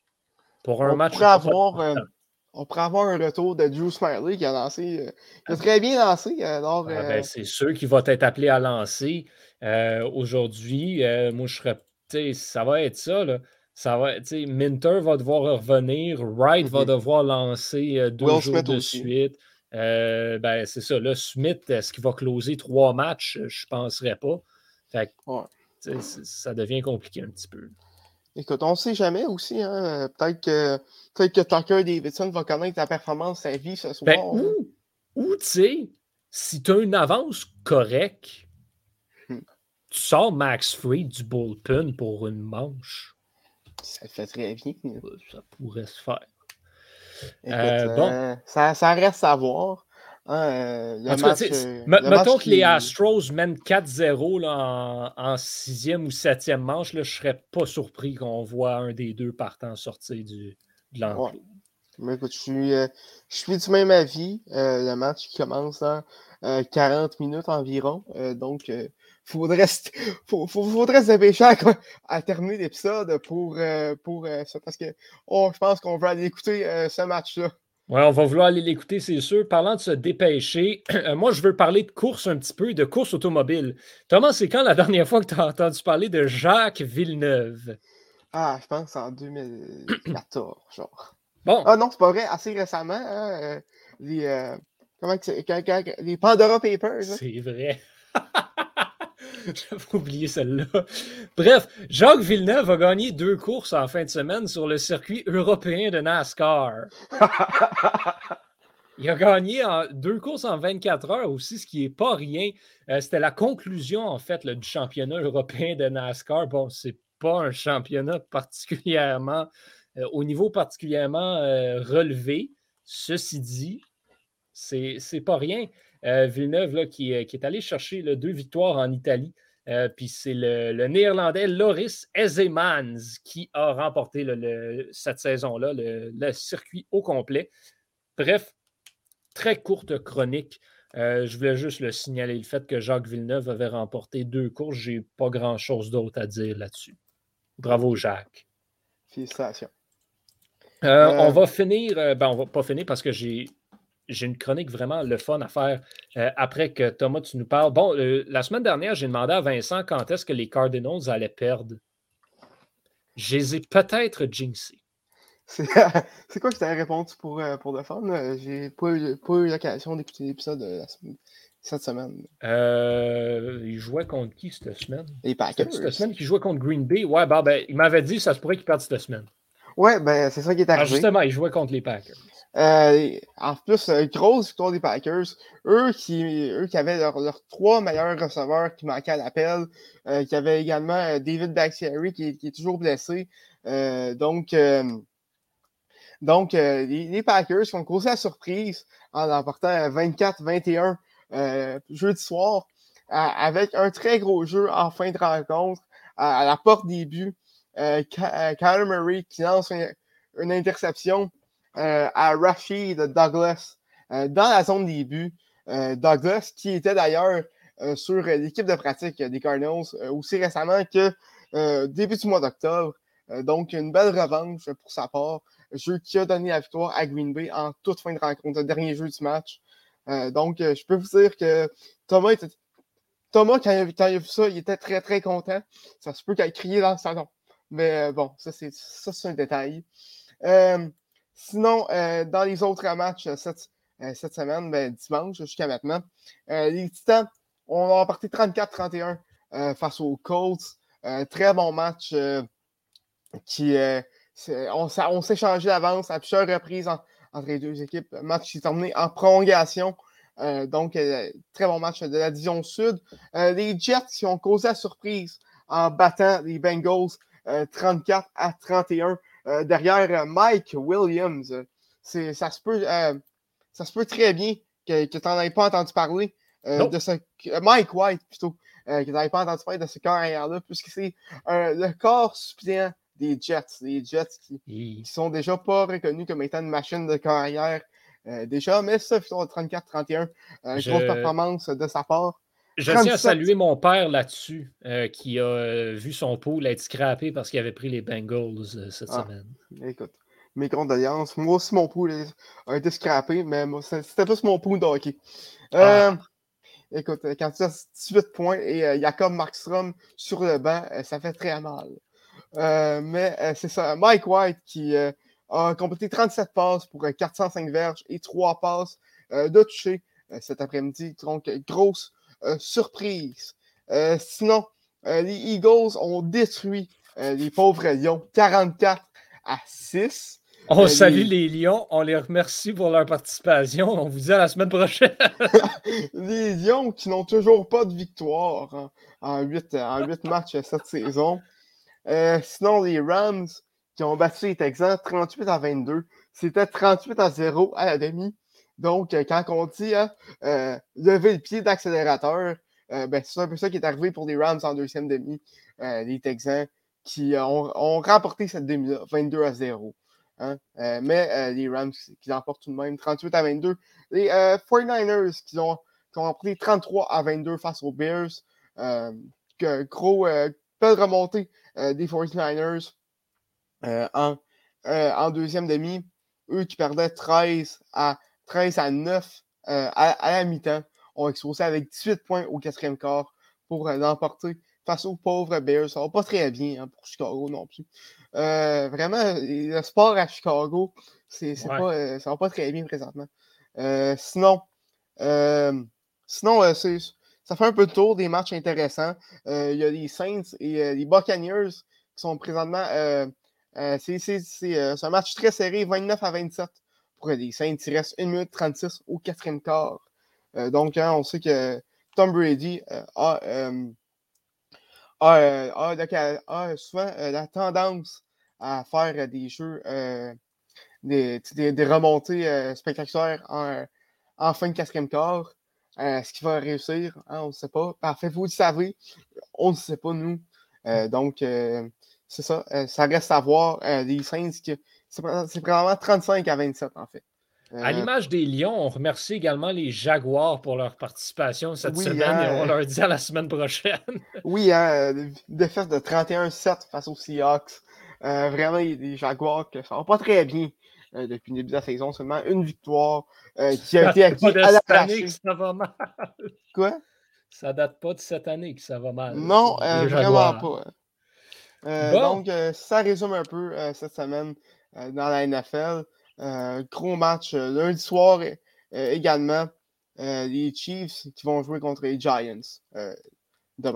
A: Pour un
B: on
A: match.
B: Pourrait avoir, euh, on pourrait avoir un retour de Drew Smiley qui a lancé, euh, qui a très bien lancé. Alors,
A: ah, ben, c'est sûr qu'il va être appelé à lancer euh, aujourd'hui. Euh, moi, je serais. Ça va être ça. Là. Ça va, Minter va devoir revenir. Wright mm-hmm. va devoir lancer euh, deux
B: Will
A: jours
B: Smith
A: de
B: aussi.
A: suite. Euh, ben, c'est ça. Là, Smith, est-ce qu'il va closer trois matchs? Je ne penserais pas. Fait que, ouais. Ça devient compliqué un petit peu.
B: Écoute, on ne sait jamais aussi. Hein? Peut-être que, peut-être que Tucker Davidson va connaître la performance de sa vie ce soir.
A: Ben, ou, ou tu sais, si tu as une avance correcte, hmm. tu sors Max Fried du bullpen pour une manche.
B: Ça le fait très bien.
A: Ça pourrait se faire.
B: Écoute,
A: Euh,
B: euh,
A: bon.
B: ça, ça reste à voir. Hein, euh, le
A: En tout cas,
B: match,
A: tu sais,
B: euh,
A: me-
B: le
A: mettons
B: match
A: que les
B: qui...
A: Astros mènent quatre zéro là, en, en sixième ou septième manche, là, je ne serais pas surpris qu'on voit un des deux partants sortir du, de l'enclos.
B: Ouais. Mais écoute, je suis, euh, je suis du même avis. Euh, le match qui commence dans euh, quarante minutes environ. Euh, donc, il euh, faudrait, faut, faut, faudrait se dépêcher à, à terminer l'épisode pour, euh, pour euh, ça. Parce que oh, je pense qu'on va aller écouter euh, ce match-là.
A: Oui, on va vouloir aller l'écouter, c'est sûr. Parlant de se dépêcher, euh, moi, je veux parler de course un petit peu, de course automobile. Thomas, c'est quand la dernière fois que tu as entendu parler de Jacques Villeneuve?
B: Ah, je pense en deux mille quatorze, genre.
A: Bon.
B: Ah non, c'est pas vrai, assez récemment. Hein, euh, les, euh, comment que c'est, quand, quand, les Pandora Papers. Hein?
A: C'est vrai. J'avais oublié celle-là. Bref, Jacques Villeneuve a gagné deux courses en fin de semaine sur le circuit européen de NASCAR. Il a gagné en deux courses en vingt-quatre heures aussi, ce qui n'est pas rien. Euh, c'était la conclusion, en fait, là, du championnat européen de NASCAR. Bon, c'est pas un championnat particulièrement, euh, au niveau particulièrement euh, relevé. Ceci dit, c'est, c'est pas rien. Euh, Villeneuve, là, qui, qui est allé chercher là, deux victoires en Italie. Euh, puis c'est le, le Néerlandais Loris Ezemans qui a remporté là, le, cette saison-là, le, le circuit au complet. Bref, très courte chronique. Euh, je voulais juste le signaler, le fait que Jacques Villeneuve avait remporté deux courses. J'ai pas grand-chose d'autre à dire là-dessus. Bravo, Jacques.
B: Félicitations.
A: Euh,
B: Euh,
A: on va finir, euh, ben on va pas finir parce que j'ai, j'ai une chronique vraiment le fun à faire euh, après que Thomas, tu nous parles. Bon, euh, la semaine dernière, j'ai demandé à Vincent quand est-ce que les Cardinals allaient perdre. Je les ai peut-être jinxés.
B: C'est, c'est quoi que tu as répondu pour, euh, pour le fun? J'ai pas eu, pas eu l'occasion d'écouter l'épisode de la semaine, cette semaine.
A: Euh, ils jouaient contre qui cette semaine?
B: Les Packers.
A: C'était cette semaine qu'ils jouaient contre Green Bay. Ouais, ben, ben, il m'avait dit que ça se pourrait qu'ils perdent cette semaine.
B: Ouais, ben c'est ça qui est arrivé.
A: Alors justement, ils jouaient contre les Packers.
B: Euh, en plus, euh, grosse victoire des Packers. Eux qui, eux qui avaient leurs leur trois meilleurs receveurs qui manquaient à l'appel. Euh, qui avaient également euh, David Bakhtiari qui, qui est toujours blessé. Euh, donc, euh, donc euh, les, les Packers qui ont causé la surprise en l'emportant vingt-quatre vingt et un euh, jeudi soir euh, avec un très gros jeu en fin de rencontre à, à la porte des buts. Euh, Kyler Murray qui lance une, une interception euh, à Rashid Douglas euh, dans la zone des buts. Euh, Douglas qui était d'ailleurs euh, sur l'équipe de pratique des Cardinals euh, aussi récemment que euh, début du mois d'octobre. Euh, donc, une belle revanche pour sa part. Jeu qui a donné la victoire à Green Bay en toute fin de rencontre, le dernier jeu du match. Euh, donc, euh, je peux vous dire que Thomas, était... Thomas quand, il a, quand il a vu ça, il était très, très content. Ça se peut qu'il ait crié dans le salon. Mais euh, bon, ça, c'est, ça, c'est un détail. Euh, sinon, euh, dans les autres matchs cette, euh, cette semaine, ben, dimanche jusqu'à maintenant, euh, les Titans ont remporté trente-quatre trente et un euh, face aux Colts. Euh, très bon match euh, qui... Euh, on, on s'est changé d'avance à plusieurs reprises en, entre les deux équipes. Le match qui est terminé en prolongation. Euh, donc, euh, très bon match de la division Sud. Euh, les Jets qui ont causé la surprise en battant les Bengals euh, trente-quatre à trente et un. Euh, derrière euh, Mike Williams. C'est, ça, se peut, euh, ça se peut très bien que, que tu n'en aies pas entendu parler euh, de ce. Euh, Mike White, plutôt. Euh, que tu n'avais pas entendu parler de ce corps arrière-là, puisque c'est euh, le corps suppléant des Jets. Les Jets qui, qui sont déjà pas reconnus comme étant une machine de carrière euh, déjà, mais ça, victoire de trente-quatre trente et un. Euh, Je... Grosse performance de sa part.
A: Je tiens à saluer mon père là-dessus, euh, qui a euh, vu son pool être scrappé parce qu'il avait pris les Bengals euh, cette ah, semaine.
B: Écoute, mes condoléances. Moi aussi, mon pool a été scrappé, mais moi, c'était plus mon pool de hockey. Euh, ah. Écoute, quand tu as dix-huit points et euh, Jacob Markstrom sur le banc, euh, ça fait très mal. Euh, mais euh, c'est ça. Mike White qui euh, a complété trente-sept passes pour euh, quatre cent cinq verges et trois passes euh, de toucher euh, cet après-midi. Donc, grosse euh, surprise. Euh, sinon, euh, les Eagles ont détruit euh, les pauvres Lions quarante-quatre à six.
A: On euh, salue les... les Lions, on les remercie pour leur participation. On vous dit à la semaine prochaine.
B: Les Lions qui n'ont toujours pas de victoire hein, en huit matchs cette saison. Euh, sinon, les Rams qui ont battu les Texans trente-huit à vingt-deux. C'était trente-huit à zéro à la demi. Donc, euh, quand on dit hein, euh, lever le pied d'accélérateur, euh, ben, c'est un peu ça qui est arrivé pour les Rams en deuxième demi. Euh, les Texans qui ont, ont remporté cette demi-là, vingt-deux à zéro. Hein? Euh, mais euh, les Rams qui l'emportent tout de même, trente-huit à vingt-deux. Les euh, forty-niners qui ont, qui ont remporté trente-trois à vingt-deux face aux Bears. Euh, que, gros, euh, belle remontée euh, des forty-niners euh, en, euh, en deuxième demi. Eux qui perdaient treize à neuf euh, à, à la mi-temps, ont explosé avec dix-huit points au quatrième quart pour euh, l'emporter face aux pauvres Bears. Ça va pas très bien hein, pour Chicago non plus. Euh, vraiment, le sport à Chicago, c'est, c'est
A: Ouais.
B: pas, euh, ça va pas très bien présentement. Euh, sinon, euh, sinon euh, c'est, ça fait un peu le tour des matchs intéressants. Euh, il y a les Saints et euh, les Buccaneers qui sont présentement... Euh, euh, c'est, c'est, c'est, euh, c'est un match très serré, vingt-neuf à vingt-sept pour les Saints. Il reste une minute trente-six au quatrième quart. Euh, donc, hein, on sait que Tom Brady euh, a, euh, a, euh, a, a, a souvent euh, la tendance à faire des jeux, euh, des, des, des remontées euh, spectaculaires en, en fin de quatrième quart. Euh, ce qui va réussir, hein, on ne sait pas. Parfait, vous le savez, on ne sait pas, nous. Euh, donc, euh, c'est ça. Euh, ça reste à voir. Euh, les Saints, que, c'est, c'est probablement trente-cinq à vingt-sept, en fait.
A: À
B: Euh,
A: l'image des Lions, on remercie également les Jaguars pour leur participation cette
B: oui,
A: semaine
B: hein,
A: et on
B: euh,
A: leur dit à la semaine prochaine.
B: oui, hein, euh, défaite de trente et un sept face aux Seahawks. Euh, vraiment, il y a des Jaguars qui ne vont pas très bien euh, depuis le début de la saison. Seulement une victoire euh, qui a
A: Ça
B: été
A: date pas
B: acquise
A: de
B: à
A: cette année
B: l'arraché.
A: que ça va mal.
B: Quoi?
A: Ça date pas de cette année que ça va mal
B: Non,
A: pour
B: euh,
A: les
B: vraiment
A: Jaguars.
B: pas. Euh,
A: Bon,
B: donc, euh, ça résume un peu euh, cette semaine euh, dans la N F L. Euh, gros match euh, lundi soir euh, également. Euh, les Chiefs qui vont jouer contre les Giants euh, demain.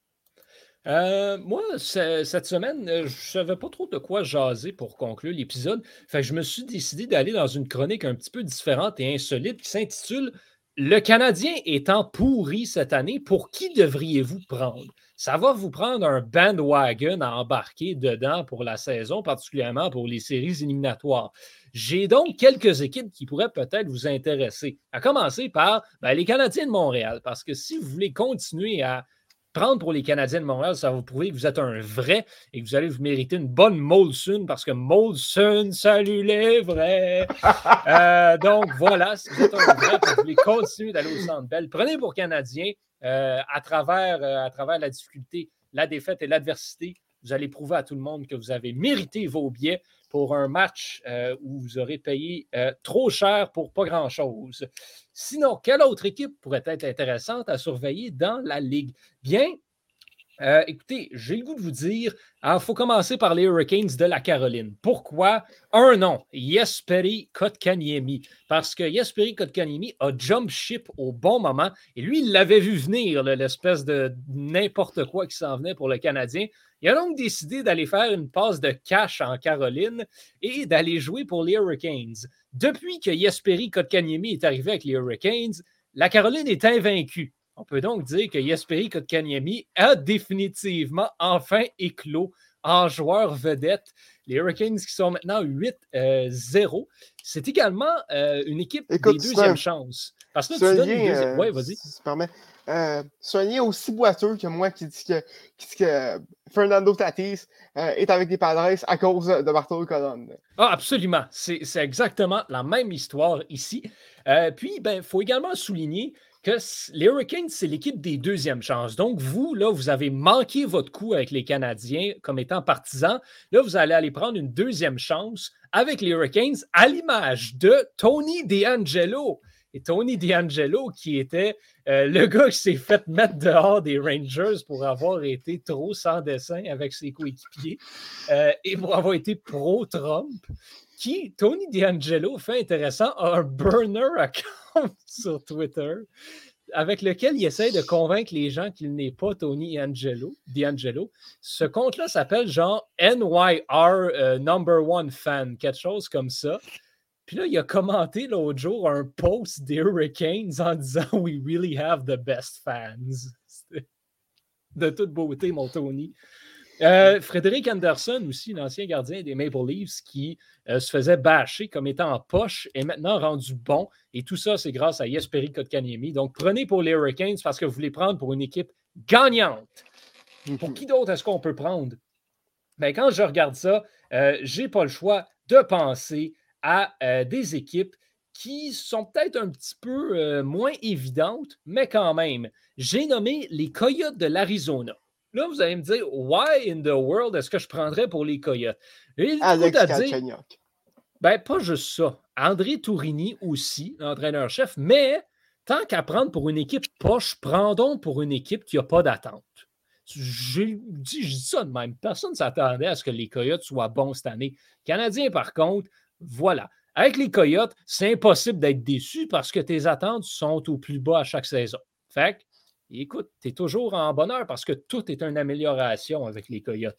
A: Euh, moi, c- cette semaine, euh, je savais pas trop de quoi jaser pour conclure l'épisode. Fait que je me suis décidé d'aller dans une chronique un petit peu différente et insolite qui s'intitule Le Canadien étant pourri cette année, pour qui devriez-vous prendre? Ça va vous prendre un bandwagon à embarquer dedans pour la saison, particulièrement pour les séries éliminatoires. J'ai donc quelques équipes qui pourraient peut-être vous intéresser. À commencer par ben, les Canadiens de Montréal, parce que si vous voulez continuer à prendre pour les Canadiens de Montréal, ça va vous prouver que vous êtes un vrai et que vous allez vous mériter une bonne Molson parce que Molson, salut les vrais. Euh, donc voilà, si vous êtes un vrai et que vous voulez continuer d'aller au Centre Bell, prenez pour Canadiens euh, à, travers, euh, à travers la difficulté, la défaite et l'adversité. Vous allez prouver à tout le monde que vous avez mérité vos billets pour un match euh, où vous aurez payé euh, trop cher pour pas grand-chose. Sinon, quelle autre équipe pourrait être intéressante à surveiller dans la Ligue? Bien, euh, écoutez, j'ai le goût de vous dire, il faut commencer par les Hurricanes de la Caroline. Pourquoi? Un nom, Jesperi Kotkaniemi. Parce que Jesperi Kotkaniemi a jump ship au bon moment et lui, il l'avait vu venir, là, l'espèce de n'importe quoi qui s'en venait pour le Canadien. Il a donc décidé d'aller faire une passe de cash en Caroline et d'aller jouer pour les Hurricanes. Depuis que Jesperi Kotkaniemi est arrivé avec les Hurricanes, la Caroline est invaincue. On peut donc dire que Jesperi Kotkaniemi a définitivement enfin éclos en joueur vedette. Les Hurricanes qui sont maintenant huit zéro. C'est également euh, une équipe
B: Écoute,
A: des deuxièmes chances. Parce que là, tu donnes une deuxième...
B: Euh,
A: oui, vas-y.
B: Si tu permets. Euh, c'est un lien aussi boiteux que moi qui dit que, qui dit que Fernando Tatis euh, est avec les Padres à cause de Bartolo Colon.
A: Ah, absolument. C'est, c'est exactement la même histoire ici. Euh, puis, il ben, faut également souligner que les Hurricanes, c'est l'équipe des deuxièmes chances. Donc, vous, là, vous avez manqué votre coup avec les Canadiens comme étant partisans. Là, vous allez aller prendre une deuxième chance avec les Hurricanes à l'image de Tony DeAngelo. Et Tony DeAngelo, qui était euh, le gars qui s'est fait mettre dehors des Rangers pour avoir été trop sans dessin avec ses coéquipiers euh, et pour avoir été pro-Trump, qui, Tony DeAngelo, fait intéressant, a un burner account sur Twitter avec lequel il essaie de convaincre les gens qu'il n'est pas Tony Angelo, DeAngelo. Ce compte-là s'appelle genre N Y R euh, Number One Fan, quelque chose comme ça. Puis là, il a commenté l'autre jour un post des Hurricanes en disant « We really have the best fans ». De toute beauté, mon Tony. Euh, Frédéric Anderson aussi, l'ancien gardien des Maple Leafs, qui euh, se faisait bâcher comme étant en poche, est maintenant rendu bon. Et tout ça, c'est grâce à Jesperi Kotkaniemi. Donc, prenez pour les Hurricanes parce que vous voulez prendre pour une équipe gagnante. Pour qui d'autre est-ce qu'on peut prendre? Bien, quand je regarde ça, euh, je n'ai pas le choix de penser à euh, des équipes qui sont peut-être un petit peu euh, moins évidentes, mais quand même. J'ai nommé les Coyotes de l'Arizona. Là, vous allez me dire, why in the world est-ce que je prendrais pour les Coyotes? Et
B: Alex
A: à
B: Galchenyuk.
A: dire, ben, pas juste ça. André Tourini aussi, l'entraîneur-chef, mais tant qu'à prendre pour une équipe poche, prendons pour une équipe qui n'a pas d'attente. J'ai dit, je dis ça de même. Personne ne s'attendait à ce que les Coyotes soient bons cette année. Canadiens, par contre, voilà. Avec les Coyotes, c'est impossible d'être déçu parce que tes attentes sont au plus bas à chaque saison. Fait que, écoute, tu es toujours en bonheur parce que tout est une amélioration avec les Coyotes.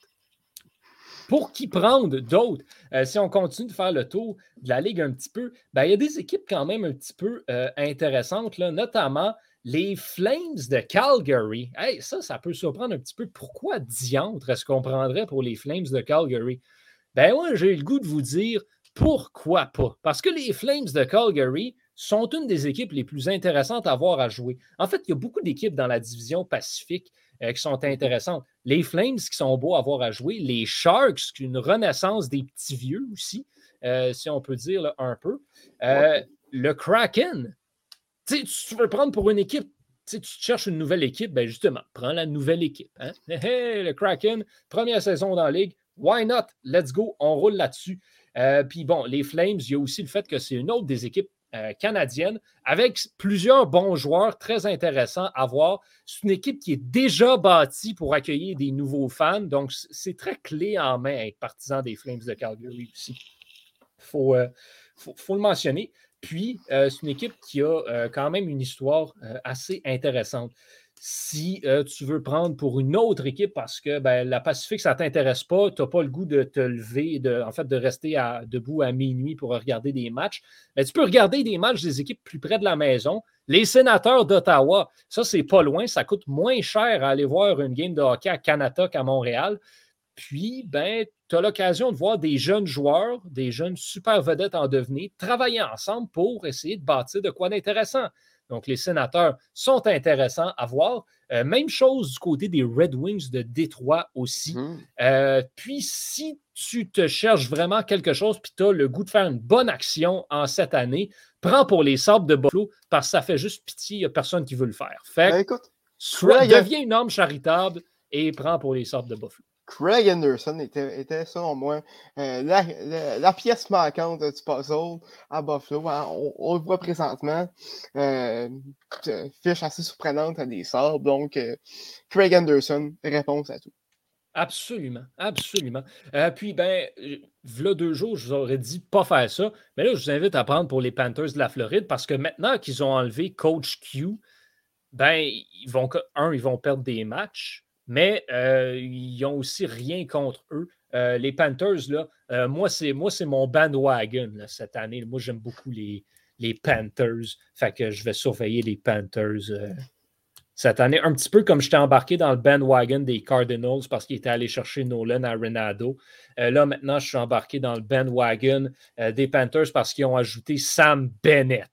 A: Pour qui prendre d'autres? Euh, si on continue de faire le tour de la Ligue un petit peu, ben, il y a des équipes quand même un petit peu euh, intéressantes, là, notamment les Flames de Calgary. Hey, ça, ça peut surprendre un petit peu. Pourquoi diantre est-ce qu'on prendrait pour les Flames de Calgary? Ben moi, j'ai le goût de vous dire pourquoi pas. Parce que les Flames de Calgary sont une des équipes les plus intéressantes à voir à jouer. En fait, il y a beaucoup d'équipes dans la division Pacifique euh, qui sont intéressantes. Les Flames qui sont beaux à voir à jouer. Les Sharks, une renaissance des petits vieux aussi, euh, si on peut dire là, un peu. Euh, le Kraken, tu veux prendre pour une équipe, tu cherches une nouvelle équipe, ben justement, prends la nouvelle équipe. Hein? Hey, le Kraken, première saison dans la Ligue, why not? Let's go, on roule là-dessus. Euh, Puis bon, les Flames, il y a aussi le fait que c'est une autre des équipes euh, canadiennes avec plusieurs bons joueurs très intéressants à voir. C'est une équipe qui est déjà bâtie pour accueillir des nouveaux fans, donc c'est très clé en main être partisan des Flames de Calgary aussi. Il faut, euh, faut, faut le mentionner. Puis, euh, c'est une équipe qui a euh, quand même une histoire euh, assez intéressante. Si euh, tu veux prendre pour une autre équipe parce que ben, la Pacifique, ça ne t'intéresse pas, tu n'as pas le goût de te lever, de, en fait, de rester à, debout à minuit pour regarder des matchs, ben, tu peux regarder des matchs des équipes plus près de la maison. Les Sénateurs d'Ottawa, ça, c'est pas loin, ça coûte moins cher à aller voir une game de hockey à Canada qu'à Montréal. Puis, ben, tu as l'occasion de voir des jeunes joueurs, des jeunes super vedettes en devenir, travailler ensemble pour essayer de bâtir de quoi d'intéressant. Donc, les Sénateurs sont intéressants à voir. Euh, même chose du côté des Red Wings de Détroit aussi. Mmh. Euh, puis, si tu te cherches vraiment quelque chose puis tu as le goût de faire une bonne action en cette année, prends pour les Sabres de Buffalo parce que ça fait juste pitié, il n'y a personne qui veut le faire. Fait
B: ben, écoute,
A: soit deviens une homme charitable et prends pour les Sabres de Buffalo.
B: Craig Anderson était, était selon moi, euh, la, la, la pièce manquante du puzzle à Buffalo. Hein, on, on le voit présentement. Euh, fiche assez surprenante à des Sabres. Donc, euh, Craig Anderson, réponse à tout.
A: Absolument, absolument. Euh, puis, ben, v'là deux jours, je vous aurais dit pas faire ça. Mais là, je vous invite à prendre pour les Panthers de la Floride parce que maintenant qu'ils ont enlevé Coach Q, ben, ils vont, un, ils vont perdre des matchs. Mais euh, ils n'ont aussi rien contre eux. Euh, les Panthers, là, euh, moi, c'est, moi, c'est mon bandwagon là, cette année. Moi, j'aime beaucoup les, les Panthers. Fait que je vais surveiller les Panthers euh, cette année. Un petit peu comme j'étais embarqué dans le bandwagon des Cardinals parce qu'ils étaient allés chercher Nolan Arenado. Euh, là, maintenant, je suis embarqué dans le bandwagon euh, des Panthers parce qu'ils ont ajouté Sam Bennett.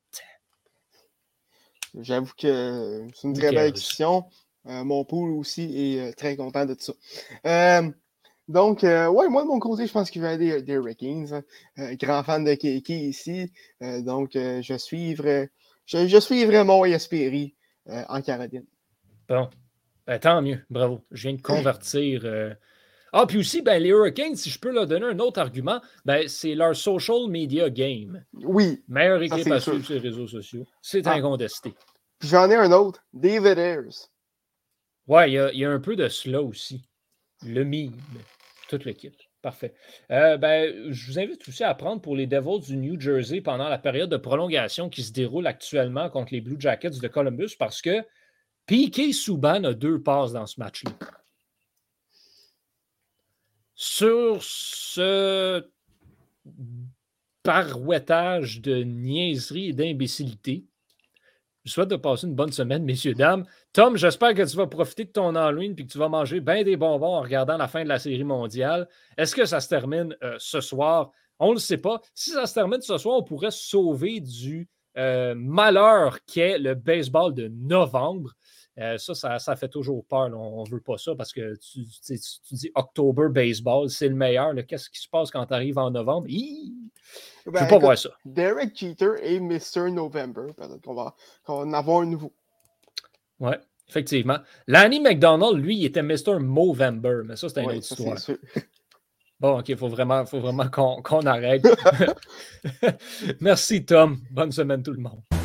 B: J'avoue que c'est une très belle acquisition. Euh, mon pool aussi est euh, très content de ça. Euh, donc, euh, ouais, moi de mon côté, je pense qu'il va y avoir des, des Hurricanes. Hein. Euh, grand fan de Keke ici. Euh, donc, euh, je suivrai je, je suivrai mon Jesperi euh, en Caroline.
A: Bon, ben, tant mieux. Bravo. Je viens de convertir. Euh... Ah, puis aussi, ben, les Hurricanes, si je peux leur donner un autre argument, ben, c'est leur social media game.
B: Oui.
A: Meilleure équipe à suivre sur les réseaux sociaux. C'est ah. incontesté.
B: J'en ai un autre, David Ayres.
A: Ouais, il y, y a un peu de cela aussi. Le mime, toute l'équipe. Parfait. Euh, ben, je vous invite aussi à prendre pour les Devils du New Jersey pendant la période de prolongation qui se déroule actuellement contre les Blue Jackets de Columbus parce que P K Subban a deux passes dans ce match-là. Sur ce parouettage de niaiserie et d'imbécilité, Je vous souhaite de passer une bonne semaine, messieurs, dames. Tom, j'espère que tu vas profiter de ton Halloween et que tu vas manger bien des bonbons en regardant la fin de la Série mondiale. Est-ce que ça se termine euh, ce soir? On ne le sait pas. Si ça se termine ce soir, on pourrait se sauver du euh, malheur qu'est le baseball de novembre. Euh, ça, ça, ça fait toujours peur. Là. On ne veut pas ça parce que tu, tu, tu dis October Baseball, c'est le meilleur. Là. Qu'est-ce qui se passe quand tu arrives en novembre? Hi! Je ne
B: Ben,
A: veux pas
B: écoute,
A: voir ça.
B: Derek Jeter et mister November. Peut-être qu'on va, qu'on va en avoir un nouveau.
A: Oui, effectivement. Lanny McDonald, lui, il était mister Movember, mais ça, c'était une
B: Oui,
A: autre
B: ça,
A: histoire.
B: c'est sûr.
A: Bon, OK, il faut vraiment, faut vraiment qu'on, qu'on arrête. Merci, Tom. Bonne semaine, tout le monde.